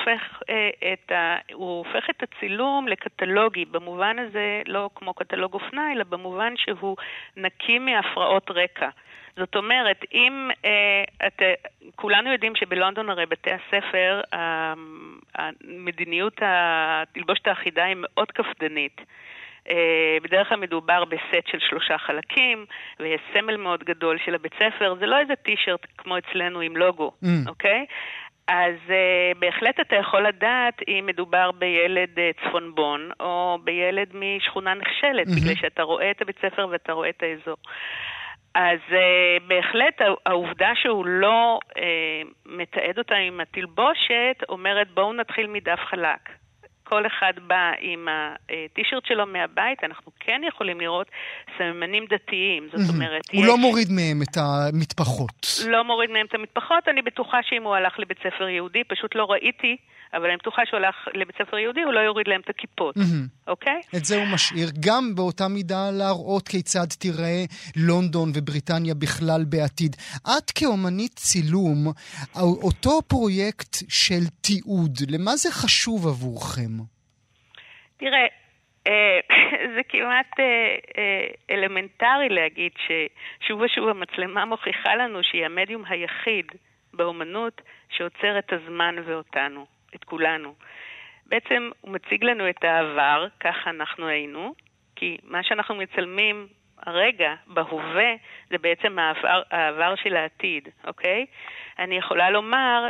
הופך את הצילום לקטלוגי, במובן הזה לא כמו קטלוג אופנה, אלא במובן שהוא נקי מהפרעות רקע. זאת אומרת, אם כולנו יודעים שבלונדון הרי בתי הספר, המדיניות התלבושת האחידה היא מאוד קפדנית. בדרך כלל מדובר בסט של 3 חלקים, ויש סמל מאוד גדול של הבית ספר, זה לא איזה טישרט כמו אצלנו עם לוגו, אוקיי? אז בהחלט אתה יכול לדעת אם מדובר בילד צפונבון, או בילד משכונה נחשלת, בגלל שאתה רואה את הבית ספר ואתה רואה את האזור. אז בהחלט העובדה שהוא לא מתעד אותה עם התלבושת, אומרת בואו נתחיל מדף חלק. כל אחד בא עם הטישרט שלו מהבית, אנחנו כן יכולים לראות סממנים דתיים, זאת אומרת... הוא לא מוריד מהם את המטפחות. לא מוריד מהם את המטפחות, אני בטוחה שאם הוא הלך לבית ספר יהודי, פשוט לא ראיתי, אבל אני בטוחה שהוא הלך לבית ספר יהודי, הוא לא יוריד להם את הכיפות, אוקיי? את זה הוא משאיר, גם באותה מידה להראות כיצד תראה לונדון ובריטניה בכלל בעתיד. את כאומנית צילום, אותו פרויקט של תיעוד, למה זה חשוב עבורכם? תראה, זה כמעט אלמנטרי להגיד ששוב ושוב המצלמה מוכיחה לנו שהיא המדיום היחיד באומנות שעוצר את הזמן ואותנו, את כולנו. בעצם הוא מציג לנו את העבר, ככה אנחנו היינו, כי מה שאנחנו מצלמים הרגע, בהווה, זה בעצם העבר של העתיד, אוקיי? אני יכולה לומר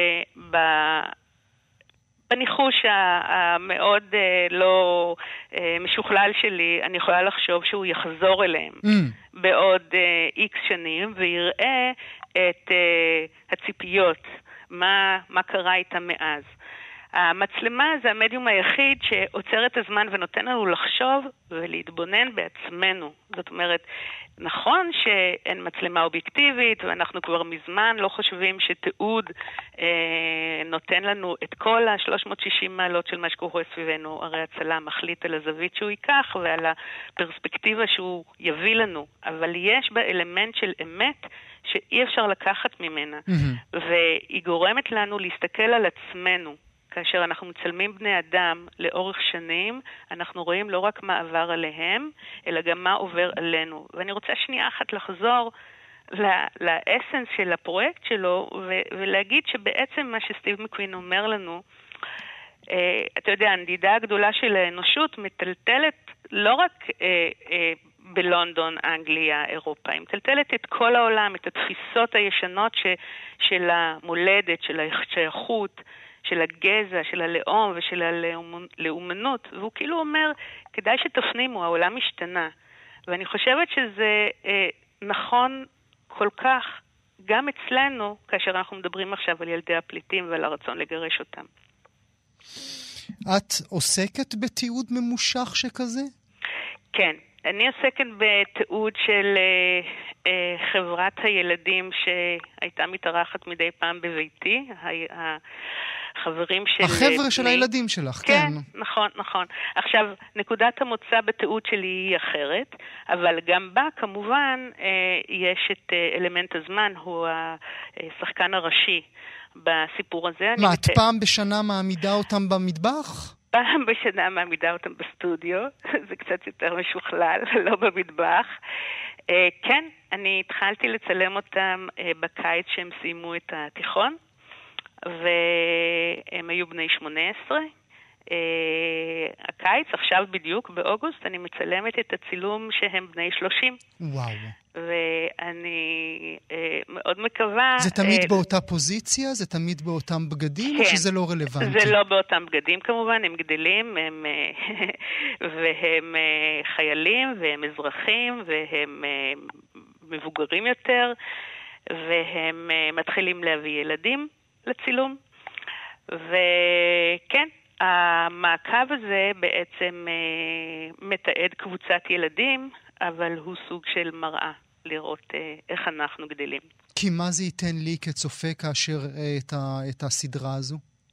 בניחוש המאוד לא משוכלל שלי, אני יכולה לחשוב שהוא יחזור אליהם בעוד איקס שנים, ויראה את הציפיות, מה קרה איתם מאז. המצלמה זה המדיום היחיד שעוצר את הזמן ונותן לנו לחשוב ולהתבונן בעצמנו. זאת אומרת, נכון שאין מצלמה אובייקטיבית, ואנחנו כבר מזמן לא חושבים שתיעוד נותן לנו את כל ה-360 מעלות של מה שקורה סביבנו. הרי הצלם מחליט על הזווית שהוא ייקח ועל הפרספקטיבה שהוא יביא לנו. אבל יש בה אלמנט של אמת שאי אפשר לקחת ממנה. והיא גורמת לנו להסתכל על עצמנו. כאשר אנחנו מצלמים בני אדם לאורך שנים, אנחנו רואים לא רק מה עבר עליהם, אלא גם מה עובר עלינו. ואני רוצה שנייה אחת לחזור לאסנס של הפרויקט שלו, ולהגיד שבעצם מה שסטיב מקווין אומר לנו, אתה יודע, הנדידה הגדולה של האנושות מטלטלת לא רק בלונדון, אנגליה, אירופה, היא מטלטלת את כל העולם, את התפיסות הישנות של המולדת, של השייכות, של הגזע, של הלאום ושל הלאומנות, והוא כאילו אומר, כדאי שתפנימו, העולם השתנה. ואני חושבת שזה נכון כל כך, גם אצלנו, כאשר אנחנו מדברים עכשיו על ילדי הפליטים ועל הרצון לגרש אותם. את עוסקת בתיעוד ממושך שכזה? כן. אני עוסקת בתיעוד של חברת הילדים שהייתה מתארחת מדי פעם בביתי, החברים של... החבר'ה של הילדים שלך, כן. כן, נכון, נכון. עכשיו, נקודת המוצא בתיעוד שלי היא אחרת, אבל גם בה כמובן יש את אלמנט הזמן, הוא השחקן הראשי בסיפור הזה. מה, את פעם בשנה מעמידה אותם במטבח? פעם בשנה מעמידה אותם בסטודיו, זה קצת יותר משוכלל, לא במטבח. כן, אני התחלתי לצלם אותם בקיץ שהם סיימו את התיכון, והם היו בני 18. הקיץ, עכשיו בדיוק באוגוסט, אני מצלמת את הצילום שהם בני 30. וואו. ואני מאוד מקווה... זה תמיד באותה פוזיציה? זה תמיד באותם בגדים? כן. או שזה לא רלוונטי? זה לא באותם בגדים כמובן, הם גדלים, והם חיילים, והם אזרחים, והם מבוגרים יותר, והם מתחילים להביא ילדים לצילום. וכן, המעקב הזה בעצם מתעד קבוצת ילדים, אבל הוא סוג של מראה, לראות איך אנחנו גדלים. כי מה זה ייתן לי כצופה כאשר את הסדרה הזו?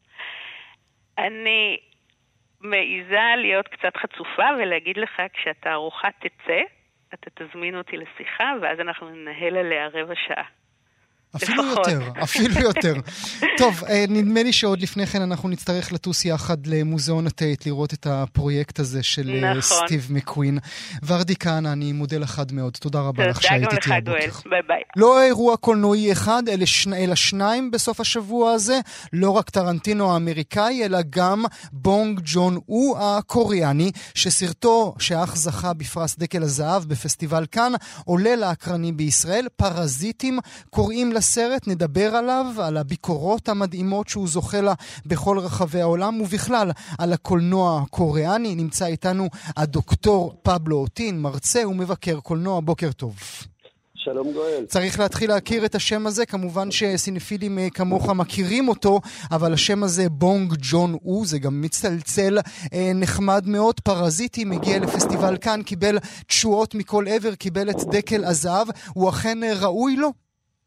אני מעיזה להיות קצת חצופה ולהגיד לך, כשאתה ארוחה תצא, אתה תזמין אותי לשיחה, ואז אנחנו ננהל עליה רבע שעה. אפילו יותר, אפילו יותר. טוב, נדמה לי שעוד לפני כן אנחנו נצטרך לטוס יחד למוזיאון הטייט, לראות את הפרויקט הזה של סטיב מקווין. ורדי כאן, אני מודה לך מאוד. תודה רבה לך שהיית איתי הבוקר. ביי ביי. לא אירוע קולנועי אחד, אלא שניים בסוף השבוע הזה. לא רק טרנטינו האמריקאי, אלא גם בונג ג'ון או הקוריאני, שסרטו שאך זכה בפרס דקל הזהב בפסטיבל כאן, עולה לאקרנים בישראל. פרזיטים קוראים לסרט, נדבר עליו, על הביקורות המדהימות שהוא זוכה לה בכל רחבי העולם, ובכלל על הקולנוע הקוריאני. נמצא איתנו הדוקטור פבלו אוטין, מרצה ומבקר קולנוע. בוקר טוב. שלום גואל. צריך להתחיל להכיר את השם הזה, כמובן שסינפילים כמוך מכירים אותו, אבל השם הזה בונג ג'ון או, זה גם מצלצל נחמד מאוד. פרזיטי מגיע לפסטיבל כאן, קיבל תשואות מכל עבר, קיבל את דקל הזהב, הוא אכן ראוי לו?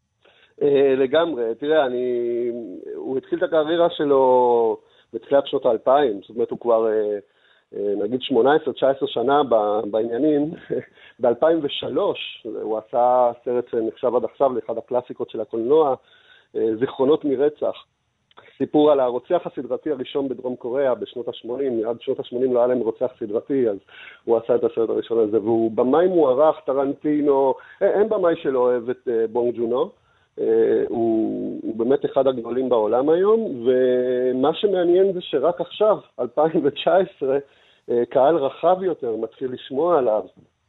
לגמרי, תראה, הוא התחיל את הקריירה שלו בתחילת שנות ה-2000, זאת אומרת הוא כבר נגיד 18-19 שנה בעניינים. ב-2003 הוא עשה סרט שנחשב עד עכשיו לאחד הקלאסיקות של הקולנוע, זיכרונות מרצח. סיפור על הרוצח הסדרתי הראשון בדרום קוריאה בשנות ה-80, עד שנות ה-80 לא היה להם רוצח סדרתי, אז הוא עשה את הסרט הראשון הזה, והוא במאי מוערך, טרנטינו, אין במאי שלא אוהב את בונג ג'ונו, הוא באמת אחד הגדולים בעולם היום, ומה שמעניין זה שרק עכשיו, 2019, קהל רחב יותר מתחיל לשמוע עליו,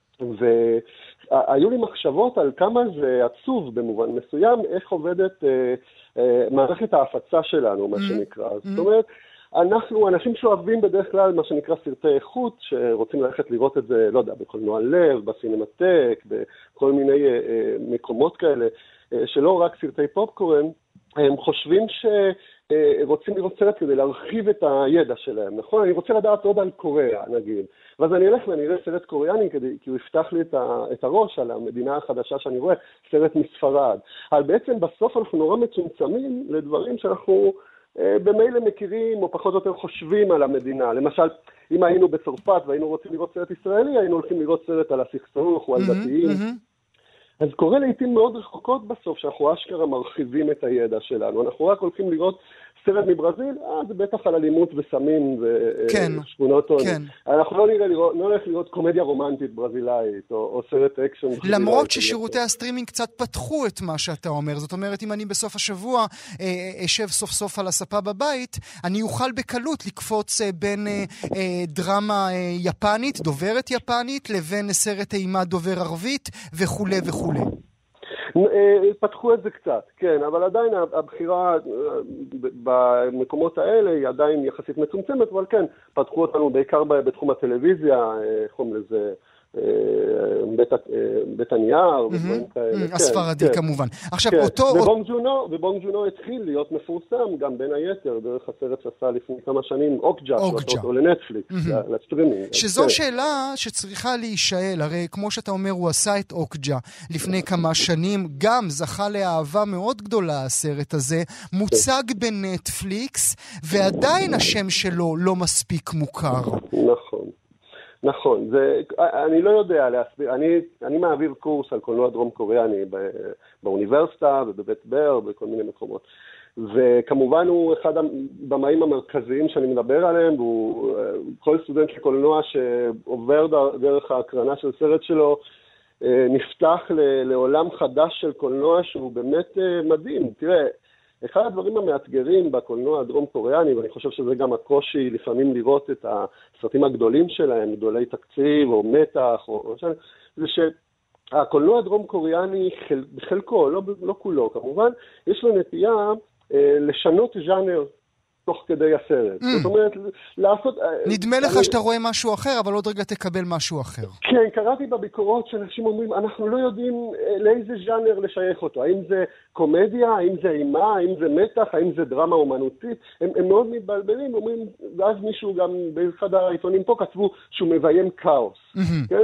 והיו לי מחשבות על כמה זה עצוב במובן מסוים, איך עובדת מערכת ההפצה שלנו, מה שנקרא. זאת אומרת, אנחנו אנשים שאוהבים בדרך כלל מה שנקרא סרטי איכות, שרוצים ללכת לראות את זה, לא יודע, בקולנוע לב, בסינמטק, בכל מיני מקומות כאלה, שלא רק סרטי פופקורן, הם חושבים שרוצים לראות סרט כדי להרחיב את הידע שלהם, נכון? אני רוצה לדעת עוד על קוריאה, נגיד. ואז אני אלך ואני אראה סרט קוריאני, כי הוא יפתח לי את הראש על המדינה החדשה שאני רואה, סרט מספרד. אבל בעצם בסוף אנחנו נורא מצומצמים לדברים שאנחנו במילא מכירים או פחות או יותר חושבים על המדינה. למשל, אם היינו בצרפת והיינו רוצים לראות סרט ישראלי, היינו הולכים לראות סרט על הסכסוך או על דתיים. אז קורה לעתים מאוד רחוקות בסוף, שאנחנו אשכרה מרחיבים את הידע שלנו. אנחנו רק הולכים לראות סרט מברזיל, זה בטח על אלימות וסמים ושכונות עוני. כן. אנחנו לא נלך לראות קומדיה רומנטית ברזילאית, או סרט אקשן. למרות ששירותי הסטרימינג קצת פתחו את מה שאתה אומר. זאת אומרת, אם אני בסוף השבוע אשב סוף סוף על הספה בבית, אני אוכל בקלות לקפוץ בין דרמה יפנית, דוברת יפנית, לבין סרט אימה דובר ערבית, וכו' וכו'. פתחו את זה קצת, כן, אבל עדיין הבחירה במקומות האלה היא עדיין יחסית מצומצמת, אבל כן, פתחו אותנו בעיקר בתחום הטלוויזיה, חום לזה בית הנייר, הספרדי כמובן. עכשיו אותו... ובונג ג'ונו התחיל להיות מפורסם גם בין היתר, דרך הסרט שעשה לפני כמה שנים, אוקג'ה, או לנטפליקס, לסטרימינג. שזו שאלה שצריכה להישאל, הרי כמו שאתה אומר, הוא עשה את אוקג'ה לפני כמה שנים, גם זכה לאהבה מאוד גדולה הסרט הזה, מוצג בנטפליקס, ועדיין השם שלו לא מספיק מוכר. נכון, אני לא יודע להסביר, אני מעביר קורס על קולנוע דרום קוריאני באוניברסיטה ובבית בר, בכל מיני מקומות. וכמובן הוא אחד הבמאים המרכזיים שאני מדבר עליהם, והוא כל סטודנט לקולנוע שעובר דרך ההקרנה של סרט שלו, נפתח לעולם חדש של קולנוע שהוא באמת מדהים. תראה, אחד הדברים המאתגרים בקולנוע הדרום קוריאני, ואני חושב שזה גם הקושי לפעמים לראות את הסרטים הגדולים שלהם, גדולי תקציב או מתח, זה שהקולנוע הדרום קוריאני, בחלקו, לא כולו כמובן, יש לו נטייה לשנות ז'אנר תוך כדי הסרט. זאת אומרת, לעשות... נדמה לך שאתה רואה משהו אחר, אבל עוד רגע תקבל משהו אחר. כן, קראתי בביקורות שאנשים אומרים, אנחנו לא יודעים לאיזה ז'אנר לשייך אותו. האם זה קומדיה, האם זה אימה, האם זה מתח, האם זה דרמה אומנותית. הם מאוד מתבלבלים, אומרים, ואז מישהו גם באחד העיתונים פה כתבו שהוא מביים כאוס. כן,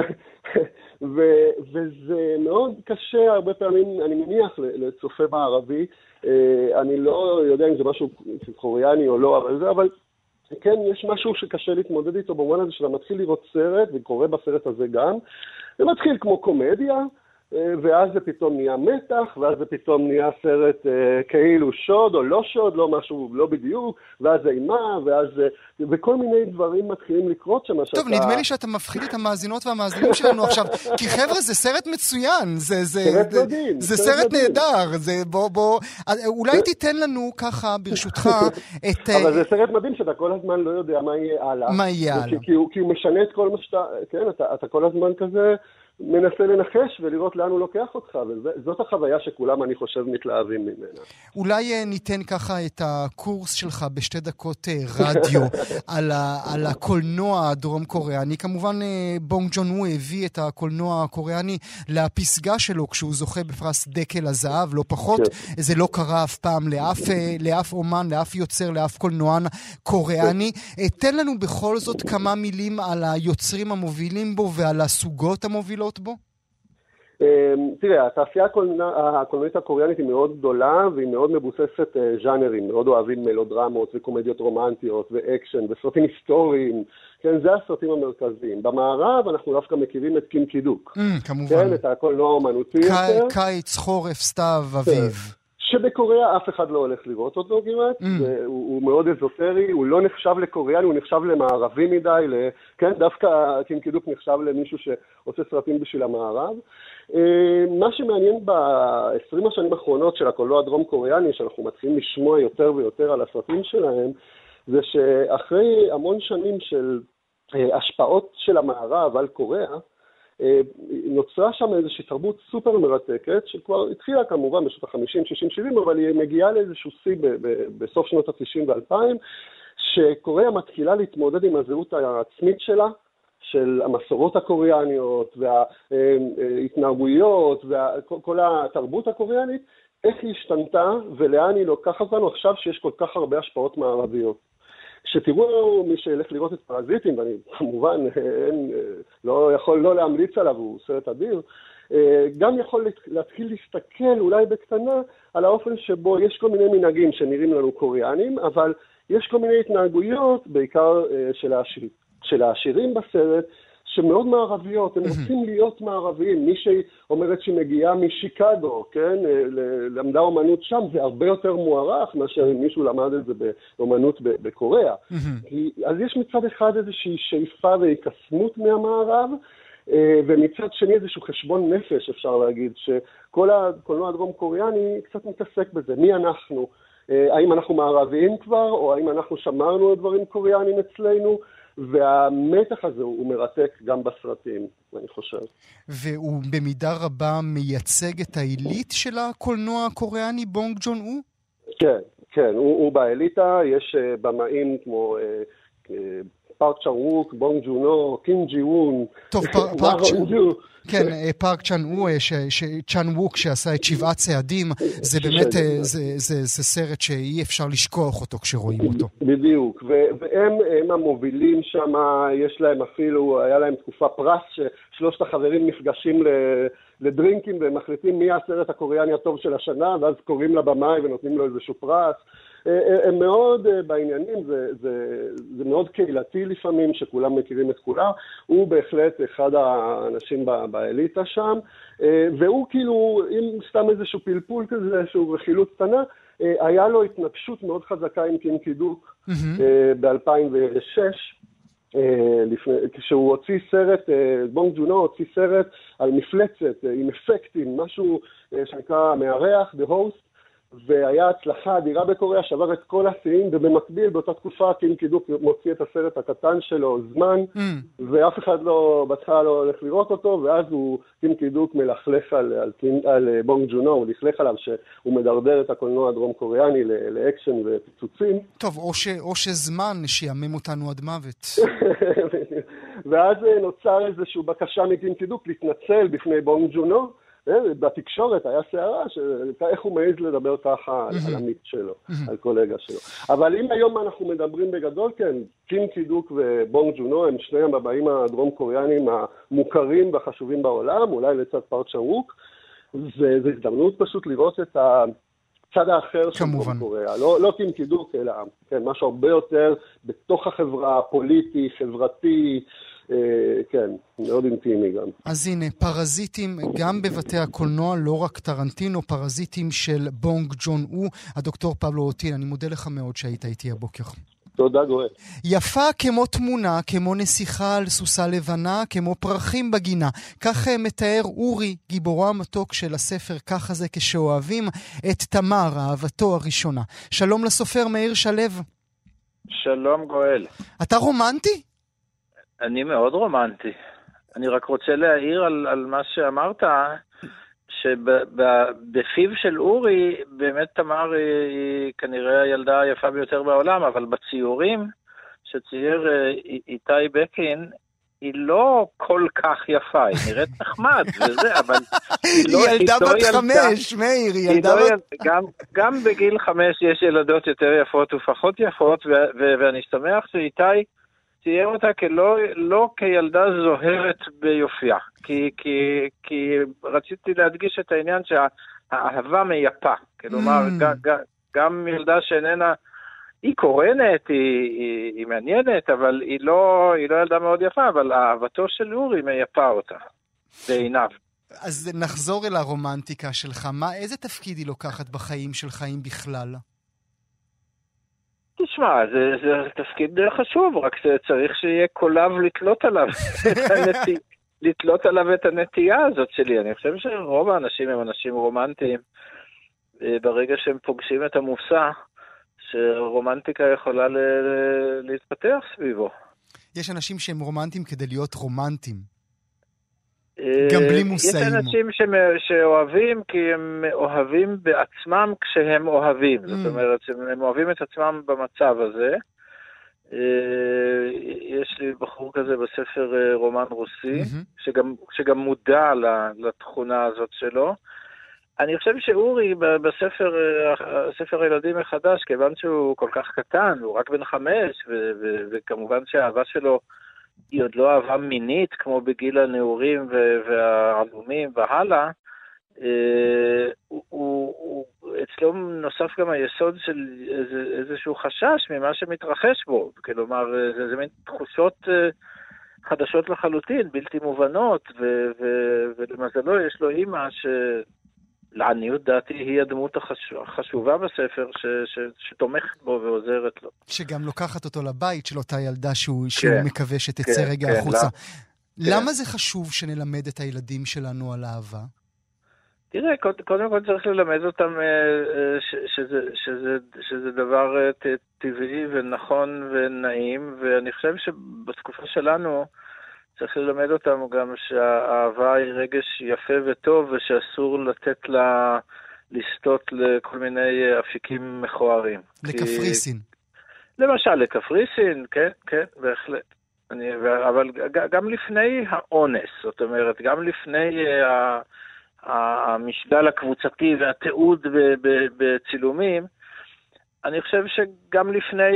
וזה מאוד קשה הרבה פעמים, אני מניח, לצופה מערבי, אני לא יודע אם זה משהו קוריאני או לא, אבל כן, יש משהו שקשה להתמודד איתו במובן הזה שאתה מתחיל לראות סרט, וקורא בסרט הזה גם, זה מתחיל כמו קומדיה, ואז זה פתאום נהיה מתח, ואז זה פתאום נהיה סרט כאילו שוד או לא שוד, לא משהו, לא בדיוק, ואז זה אימה, וכל מיני דברים מתחילים לקרות שם. טוב, נדמה לי שאתה מפחיד את המאזינות והמאזינים שלנו עכשיו, כי חבר'ה, זה סרט מצוין, זה סרט נהדר, אולי תיתן לנו ככה, ברשותך, את... אבל זה סרט מדהים שאתה כל הזמן לא יודע מה יהיה הלאה. מה יהיה הלאה. כי הוא משנה את כל מה שאתה, כן, אתה כל הזמן כזה... מנסה לנחש ולראות לאן הוא לוקח אותך, וזאת החוויה שכולם, אני חושב, מתלהבים ממנה. אולי ניתן ככה את הקורס שלך בשתי דקות רדיו על הקולנוע הדרום קוריאני. כמובן, בונג ג'ון הו הביא את הקולנוע הקוריאני לפסגה שלו כשהוא זוכה בפרס דקל הזהב, לא פחות. זה לא קרה אף פעם לאף אומן, לאף יוצר, לאף קולנוען קוריאני. תן לנו בכל זאת כמה מילים על היוצרים המובילים בו ועל הסוגות המובילות בו? תראה, התעשייה הקולנועית הקוריאנית היא מאוד גדולה, והיא מאוד מבוססת ז'אנרים, מאוד אוהבים מלודרמות וקומדיות רומנטיות ואקשן וסרטים היסטוריים, כן, זה הסרטים המרכזיים. במערב אנחנו דווקא מכירים את קים קידוק. כמובן. כן, את הקולנוע האומנותי יותר. קיץ, חורף, סתיו, אביב. שבקוריאה אף אחד לא הולך לראות אותו כמעט, הוא מאוד אזוטרי, הוא לא נחשב לקוריאני, הוא נחשב למערבי מדי, כן, דווקא קים קידוק נחשב למישהו שעושה סרטים בשביל המערב. מה שמעניין ב-20 השנים האחרונות של הקולנוע הדרום קוריאני, שאנחנו מתחילים לשמוע יותר ויותר על הסרטים שלהם, זה שאחרי המון שנים של השפעות של המערב על קוריאה, נוצרה שם איזושהי תרבות סופר מרתקת, שכבר התחילה כמובן בשנות ה-50, 60, 70, אבל היא מגיעה לאיזשהו שיא בסוף שנות ה-90 ו-2000, שקוריאה מתחילה להתמודד עם הזהות העצמית שלה, של המסורות הקוריאניות וההתנהגויות וכל התרבות הקוריאנית, איך היא השתנתה ולאן היא לוקחת אותנו עכשיו שיש כל כך הרבה השפעות מערביות. שתראו מי שילך לראות את פרזיטים, ואני כמובן לא יכול לא להמליץ עליו, הוא סרט אדיר, גם יכול להתחיל להסתכל אולי בקטנה על האופן שבו יש כל מיני מנהגים שנראים לנו קוריאנים, אבל יש כל מיני התנהגויות, בעיקר של העשירים בסרט, שמאוד מערביות, הם רוצים להיות מערביים. מי שאומרת שהיא מגיעה משיקגו, כן, למדה אומנות שם, זה הרבה יותר מוערך מאשר אם מישהו למד את זה באומנות בקוריאה. אז יש מצד אחד איזושהי שאיפה והיקסמות מהמערב, ומצד שני איזשהו חשבון נפש, אפשר להגיד, שכל הקולנוע הדרום קוריאני קצת מתעסק בזה. מי אנחנו? האם אנחנו מערביים כבר, או האם אנחנו שמרנו על דברים קוריאנים אצלנו? והמתח הזה הוא מרתק גם בסרטים, אני חושב. והוא במידה רבה מייצג את האליט של הקולנוע הקוריאני, בונג ג'ון הו? כן, כן, הוא באליטה, יש במאים כמו פארק צ'אן ווק, בונג ג'ונו, קים ג'י וון. טוב, פארק צ'אן ווק שעשה את 7 צעדים, זה באמת, זה סרט שאי אפשר לשכוח אותו כשרואים אותו. בדיוק, והם המובילים שם, יש להם אפילו, היה להם תקופה פרס ששלושת החברים נפגשים לדרינקים והם מחליטים מי הסרט הקוריאני הטוב של השנה, ואז קוראים לבמאי ונותנים לו איזשהו פרס. הם מאוד בעניינים, זה מאוד קהילתי לפעמים, שכולם מכירים את כולם. הוא בהחלט אחד האנשים באליטה שם, והוא כאילו, אם סתם איזשהו פלפול כזה, איזשהו רכילות קטנה, היה לו התנגשות מאוד חזקה עם קים קידוק ב-2006, כשהוא הוציא סרט, בונג ג'ונו הוציא סרט על מפלצת עם אפקטים, משהו שנקרא מארח, The Host, והיה הצלחה אדירה בקוריאה, שבר את כל השיאים, ובמקביל באותה תקופה קים קידוק מוציא את הסרט הקטן שלו, זמן, ואף אחד לא, בהתחלה לא הולך לראות אותו, ואז קים קידוק מלכלך על בונג ג'ונו, הוא לכלך עליו שהוא מדרדר את הקולנוע הדרום קוריאני לאקשן ופיצוצים. טוב, או שזמן שיאמם אותנו עד מוות. ואז נוצר איזושהי בקשה מקים קידוק להתנצל בפני בונג ג'ונו, בתקשורת היה שערה, איך הוא מעז לדבר ככה על עמית שלו, על קולגה שלו. אבל אם היום אנחנו מדברים בגדול, כן, קים קידוק ובונג ג'ונו הם שני הבמאים הדרום קוריאנים המוכרים והחשובים בעולם, אולי לצד פארק צ'אן ווק, וזו הזדמנות פשוט לראות את הצד האחר של דרום קוריאה. לא קים קידוק, אלא כן, משהו הרבה יותר בתוך החברה, פוליטי, חברתי, כן, מאוד אינטימי גם. אז הנה, פרזיטים גם בבתי הקולנוע, לא רק טרנטינו, פרזיטים של בונג ג'ון-או. הדוקטור פבלו אוטין, אני מודה לך מאוד שהיית איתי הבוקר. תודה גואל. יפה כמו תמונה, כמו נסיכה על סוסה לבנה, כמו פרחים בגינה. כך מתאר אורי, גיבורו המתוק של הספר ככה זה כשאוהבים, את תמר, אהבתו הראשונה. שלום לסופר מאיר שלו. שלום גואל. אתה רומנטי? אני מאוד רומנטי. אני רק רוצה להעיר על מה שאמרת, שבפיו של אורי, באמת תמר היא כנראה הילדה היפה ביותר בעולם, אבל בציורים שצייר איתי בקין, היא לא כל כך יפה, היא נראית נחמד, וזה, אבל היא ילדה בת 5, מאיר, היא ילדה בת... גם בגיל 5 יש ילדות יותר יפות ופחות יפות, ואני שמח שאיתי צייר אותה לא כילדה זוהרת ביופייה, כי רציתי להדגיש את העניין שהאהבה מייפה, כלומר, גם ילדה שאיננה, היא קורנת, היא מעניינת, אבל היא לא ילדה מאוד יפה, אבל אהבתו של אורי מייפה אותה, בעיניו. אז נחזור אל הרומנטיקה שלך, איזה תפקיד היא לוקחת בחיים שלך, אם בכלל? תשמע, זה תפקיד חשוב, רק צריך שיהיה קולב לתלות עליו את הנטייה הזאת שלי. אני חושב שרוב האנשים הם אנשים רומנטיים, ברגע שהם פוגשים את המושא, שרומנטיקה יכולה להתפתח סביבו. יש אנשים שהם רומנטיים כדי להיות רומנטיים. גם בלי מושאים. יש אנשים שאוהבים כי הם אוהבים בעצמם כשהם אוהבים. זאת אומרת, הם אוהבים את עצמם במצב הזה. יש לי בחור כזה בספר רומן רוסי, שגם מודע לתכונה הזאת שלו. אני חושב שאורי בספר הילדים החדש, כיוון שהוא כל כך קטן, הוא רק בן 5, וכמובן שהאהבה שלו היא עוד לא אהבה מינית, כמו בגיל הנעורים והעלומים והלאה, אצלו נוסף גם היסוד של איזשהו חשש ממה שמתרחש בו. כלומר, זה מין תחושות חדשות לחלוטין, בלתי מובנות, ולמזלו יש לו אימא לעניות דעתי היא הדמות החשובה בספר שתומכת בו ועוזרת לו. שגם לוקחת אותו לבית של אותה ילדה שהוא מקווה שתצא רגע החוצה. למה זה חשוב שנלמד את הילדים שלנו על אהבה? תראה, קודם כל צריך ללמד אותם שזה דבר טבעי ונכון ונעים, ואני חושב שבתקופה שלנו צריך ללמד אותם גם שהאהבה היא רגש יפה וטוב, ושאסור לתת לה לסטות לכל מיני אפיקים מכוערים. לקפריסין. למשל, לקפריסין, כן, בהחלט. אבל גם לפני האונס, זאת אומרת, גם לפני המשדל הקבוצתי והתיעוד בצילומים, אני חושב שגם לפני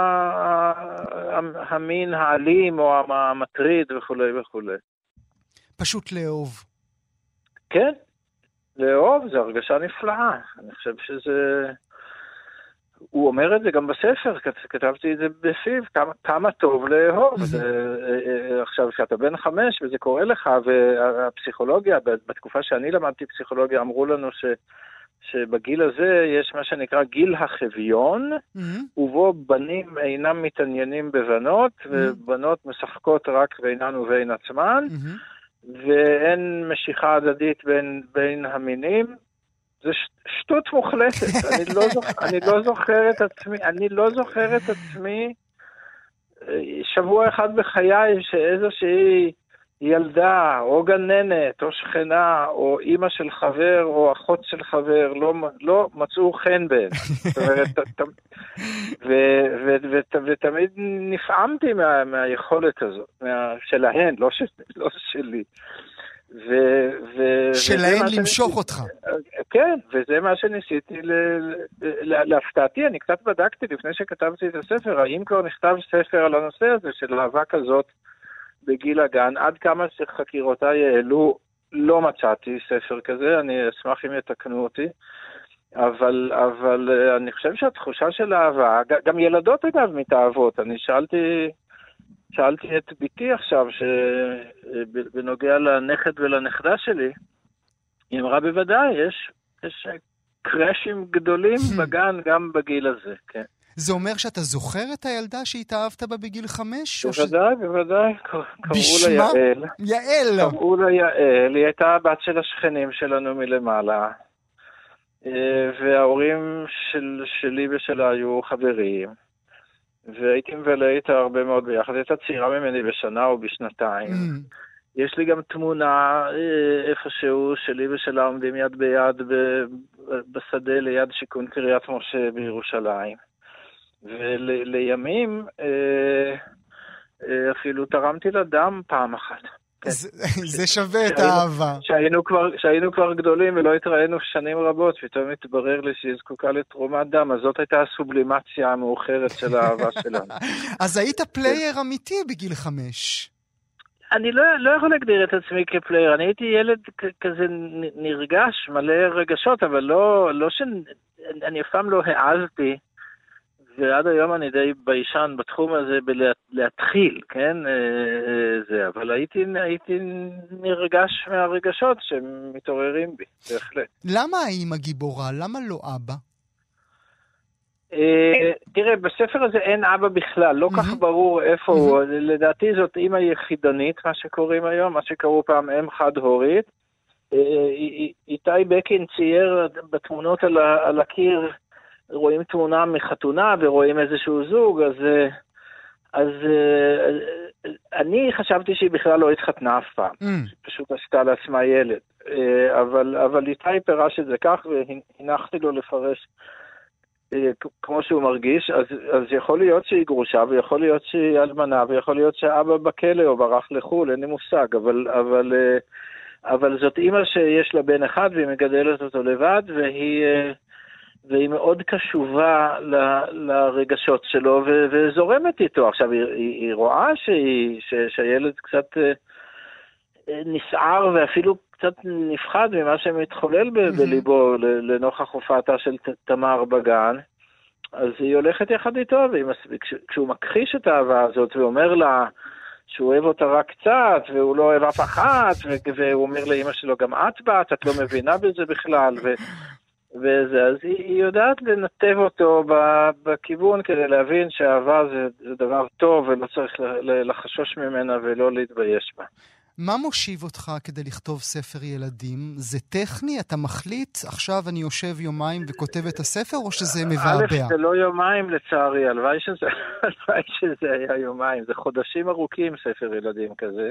המין האלים או המטריד וכולי וכולי. פשוט לאהוב. כן, לאהוב זה הרגשה נפלאה. אני חושב שזה... הוא אומר את זה גם בספר, כתבתי את זה בפיו, כמה טוב לאהוב. עכשיו, כשאתה בן 5 וזה קורה לך, והפסיכולוגיה, בתקופה שאני למדתי פסיכולוגיה, אמרו לנו שבגיל הזה יש מה שנקרא גיל החביון, ובו בנים אינם מתעניינים בבנות, ובנות משחקות רק בינן ובין עצמן, ואין משיכה הדדית בין המינים, זה שטות מוחלטת. אני לא זוכר את עצמי שבוע אחד בחיי שאיזושהי ילדה, או גננת, או שכנה, או אימא של חבר, או אחות של חבר, לא מצאו חן בהן. זאת אומרת, ותמיד נפעמתי מהיכולת הזאת, שלהן, לא שלי. שלהן למשוך אותך. כן, וזה מה שניסיתי להפתעתי. אני קצת בדקתי לפני שכתבתי את הספר, האם כבר נכתב ספר על הנושא הזה של אהבה כזאת בגיל הגן. עד כמה שחקירותיי העלו, לא מצאתי ספר כזה, אני אשמח אם יתקנו אותי, אבל אני חושב שהתחושה של אהבה, גם ילדות אגב מתאהבות. אני שאלתי את ביתי עכשיו, בנוגע לנכד ולנכדה שלי, היא אמרה בוודאי, יש קרשים גדולים בגן גם בגיל הזה, כן. זה אומר שאתה זוכר את הילדה שהתאהבת בה בגיל 5? בוודאי, קראו לה יעל. יעל! קראו לה יעל, היא הייתה הבת של השכנים שלנו מלמעלה, וההורים שלי ושלה היו חברים, והייתי מבלה איתה הרבה מאוד ביחד. הייתה צעירה ממני בשנה או בשנתיים. יש לי גם תמונה איפשהו שלי ושלה עומדים יד ביד בשדה ליד שיכון קריית משה בירושלים. ולימים אפילו תרמתי לה דם פעם אחת. זה שווה את האהבה. שהיינו כבר גדולים ולא התראינו שנים רבות, פתאום התברר לי שהיא זקוקה לתרומת דם, אז זאת הייתה הסובלימציה המאוחרת של האהבה שלנו. אז היית פלייר אמיתי בגיל 5. אני לא יכול להגדיר את עצמי כפלייר, אני הייתי ילד כזה נרגש, מלא רגשות, אבל לא אני אף פעם לא העזתי, ועד היום אני די ביישן בתחום הזה להתחיל, כן? אבל הייתי נרגש מהרגשות שמתעוררים בי, בהחלט. למה האמא גיבורה? למה לא אבא? תראה, בספר הזה אין אבא בכלל, לא כך ברור איפה הוא. לדעתי זאת אמא יחידנית, מה שקוראים היום, מה שקראו פעם אם חד-הורית. איתי בקין צייר בתמונות על הקיר, רואים תמונה מחתונה ורואים איזשהו זוג, אז אני חשבתי שהיא בכלל לא התחתנה אף פעם, פשוט עשתה לעצמה ילד, אבל איתי פירש את זה כך, והנחתי לו לפרש כמו שהוא מרגיש. אז יכול להיות שהיא גרושה, ויכול להיות שהיא אלמנה, ויכול להיות שהאבא בכלא או ברח לחול, אין לי מושג, אבל זאת אמא שיש לה בן אחד, והיא מגדלת אותו לבד, והיא מאוד קשובה לרגשות שלו, וזורמת איתו. עכשיו, היא רואה שהילד קצת נסער, ואפילו קצת נפחד ממה שמתחולל בליבו, לנוכח הופעתה של תמר בגן. אז היא הולכת יחד איתו, כשהוא מכחיש את האהבה הזאת, ואומר לה שהוא אוהב אותה רק קצת, והוא לא אוהב אף אחת, והוא אומר לאמא שלו, גם את בת, את לא מבינה בזה בכלל, אז היא יודעת לנתב אותו בכיוון כדי להבין שהאהבה זה דבר טוב ולא צריך לחשוש ממנה ולא להתבייש בה. מה מושיב אותך כדי לכתוב ספר ילדים? זה טכני? אתה מחליט? עכשיו אני יושב יומיים וכותב את הספר, או שזה מבעבע? זה לא יומיים לצערי, הלוואי שזה היה יומיים. זה חודשים ארוכים ספר ילדים כזה.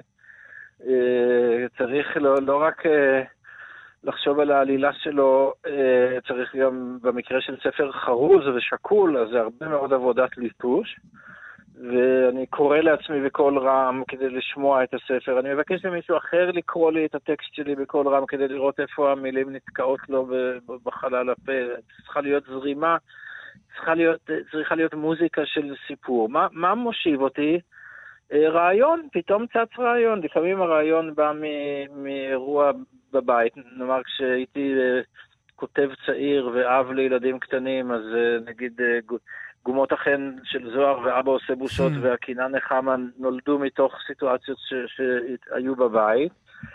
צריך לא רק לחשוב על העלילה שלו, צריך גם במקרה של ספר חרוז ושקול, אז זה הרבה מאוד עבודת ליטוש. ואני קורא לעצמי בקול רם כדי לשמוע את הספר. אני מבקש ממישהו אחר לקרוא לי את הטקסט שלי בקול רם כדי לראות איפה המילים נתקעות לו בחלל הפה. צריכה להיות זרימה, צריכה להיות מוזיקה של סיפור. מה מושיב אותי? רעיון, פתאום צץ רעיון. לפעמים הרעיון בא מאירוע בבית. נאמר, כשהייתי כותב צעיר ואב לילדים קטנים, אז נגיד גומות החן של זוהר ואבא עושה בושות והקינה נחמה נולדו מתוך סיטואציות שהיו בבית.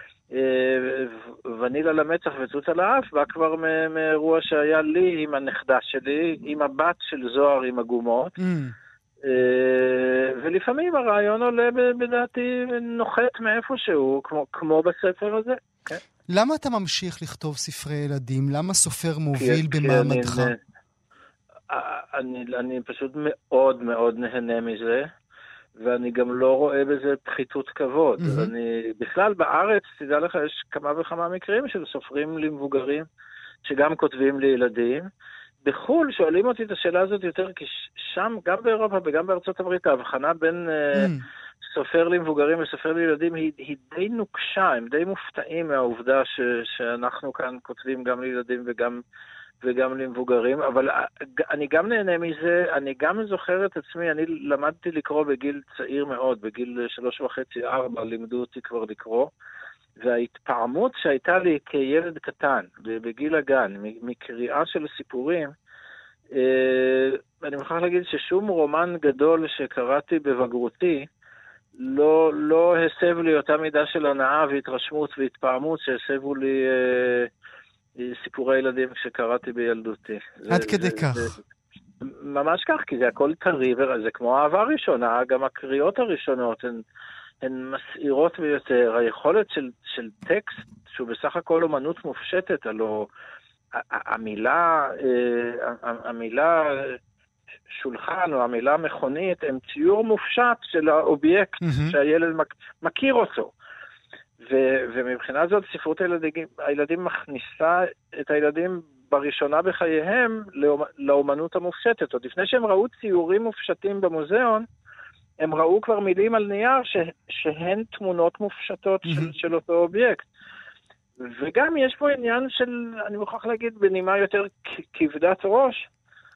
ונילה למצח וצוץ על האף בא כבר מאירוע שהיה לי עם הנכדה שלי, עם הבת של זוהר עם הגומות. ולפעמים הרעיון עולה בדעתי נוחת מאיפשהו, כמו בספר הזה. למה אתה ממשיך לכתוב ספרי ילדים? למה סופר מוביל במעמדך? אני פשוט מאוד מאוד נהנה מזה, ואני גם לא רואה בזה פחיתות כבוד. אני, בכלל בארץ, תדע לך, יש כמה וכמה מקרים של סופרים למבוגרים, שגם כותבים לילדים. בחול שואלים אותי את השאלה הזאת יותר, כי שם, גם באירופה וגם בארצות הברית, ההבחנה בין סופר למבוגרים וסופר לילדים היא די נוקשה, הם די מופתעים מהעובדה שאנחנו כאן כותבים גם לילדים וגם למבוגרים, אבל אני גם נהנה מזה, אני גם זוכר את עצמי, אני למדתי לקרוא בגיל צעיר מאוד, בגיל 3.5-4 לימדו אותי כבר לקרוא, וההתפעמות שהייתה לי כילד קטן, בגיל הגן, מקריאה של סיפורים, אני מוכרח להגיד ששום רומן גדול שקראתי בבגרותי, לא הסב לי אותה מידה של הנאה והתרשמות והתפעמות שהסבו לי סיפורי ילדים שקראתי בילדותי. עד כדי כך. ממש כך, כי זה הכל טרי, זה כמו אהבה ראשונה, גם הקריאות הראשונות הן מסעירות ביותר. היכולת של טקסט, שהוא בסך הכל אומנות מופשטת, הלוא המילה שולחן או המילה מכונית, הם ציור מופשט של האובייקט שהילד מכיר אותו. ומבחינה זאת, ספרות הילדים מכניסה את הילדים בראשונה בחייהם לאומנות המופשטת. עוד לפני שהם ראו ציורים מופשטים במוזיאון, הם ראו כבר מילים על נייר שהן תמונות מופשטות של אותו אובייקט. וגם יש פה עניין של, אני מוכרח להגיד, בנימה יותר כבדת ראש,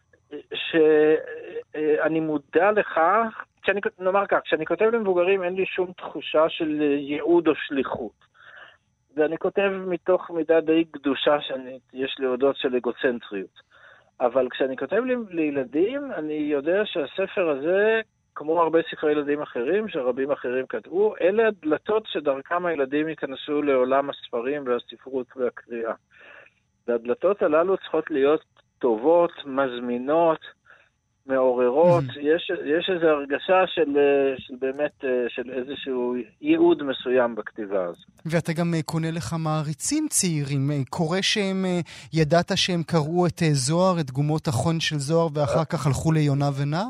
שאני מודע לכך, נאמר כך, כשאני כותב למבוגרים אין לי שום תחושה של ייעוד או שליחות. ואני כותב מתוך מידה די קדושה שיש לי הודות של אגוצנטריות. אבל כשאני כותב לילדים, אני יודע שהספר הזה, כמו הרבה ספרי ילדים אחרים, שרבים אחרים כתבו, אלה הדלתות שדרכם הילדים ייכנסו לעולם הספרים והספרות והקריאה. והדלתות הללו צריכות להיות טובות, מזמינות, מעוררות, יש איזו הרגשה של באמת, של איזשהו ייעוד מסוים בכתיבה הזאת. ואתה גם קונה לך מעריצים צעירים, קורא שהם, ידעת שהם קראו את זוהר, את גומות החון של זוהר, ואחר כך הלכו ליונה ונער?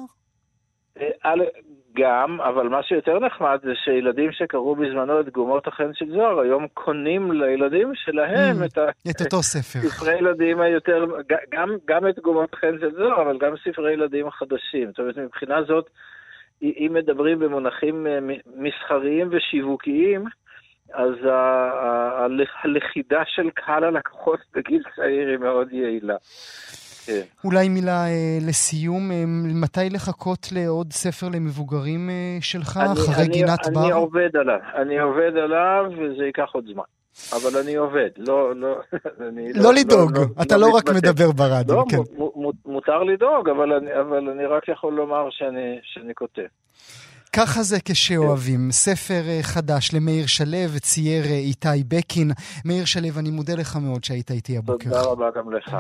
גם, אבל מה שיותר נחמד זה שילדים שקראו בזמנו את גומות החן של זוהר, היום קונים לילדים שלהם את אותו ספר. ספרי ילדים היותר, גם את גומות החן של זוהר, אבל גם ספרי ילדים החדשים. זאת אומרת, מבחינה זאת, אם מדברים במונחים מסחריים ושיווקיים, אז הלכידה של קהל הלקוחות בגיל צעיר היא מאוד יעילה. אולי מילה לסיום, מתי לחכות לעוד ספר למבוגרים שלך, אחרי גינת בר? אני עובד עליו, וזה ייקח עוד זמן. אבל אני עובד, לא לדאוג, אתה לא רק מדבר ברדיו. מותר לדאוג, אבל אני רק יכול לומר שאני כותב. ככה זה כשאוהבים. ספר חדש למאיר שלו, צייר איתי בקין. מאיר שלו, אני מודה לך מאוד שהיית איתי הבוקר. תודה רבה גם לך.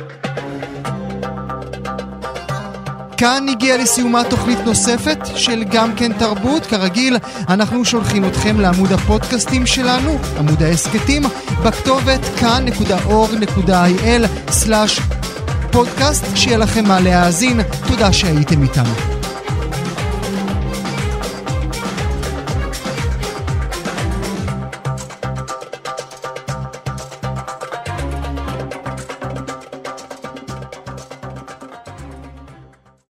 כאן הגיעה לסיומה תוכנית נוספת של גם כן תרבות. כרגיל, אנחנו שולחים אתכם לעמוד הפודקאסטים שלנו, עמוד העסקתים, בכתובת כאן.org.il/פודקאסט. שיהיה לכם מה להאזין. תודה שהייתם איתנו.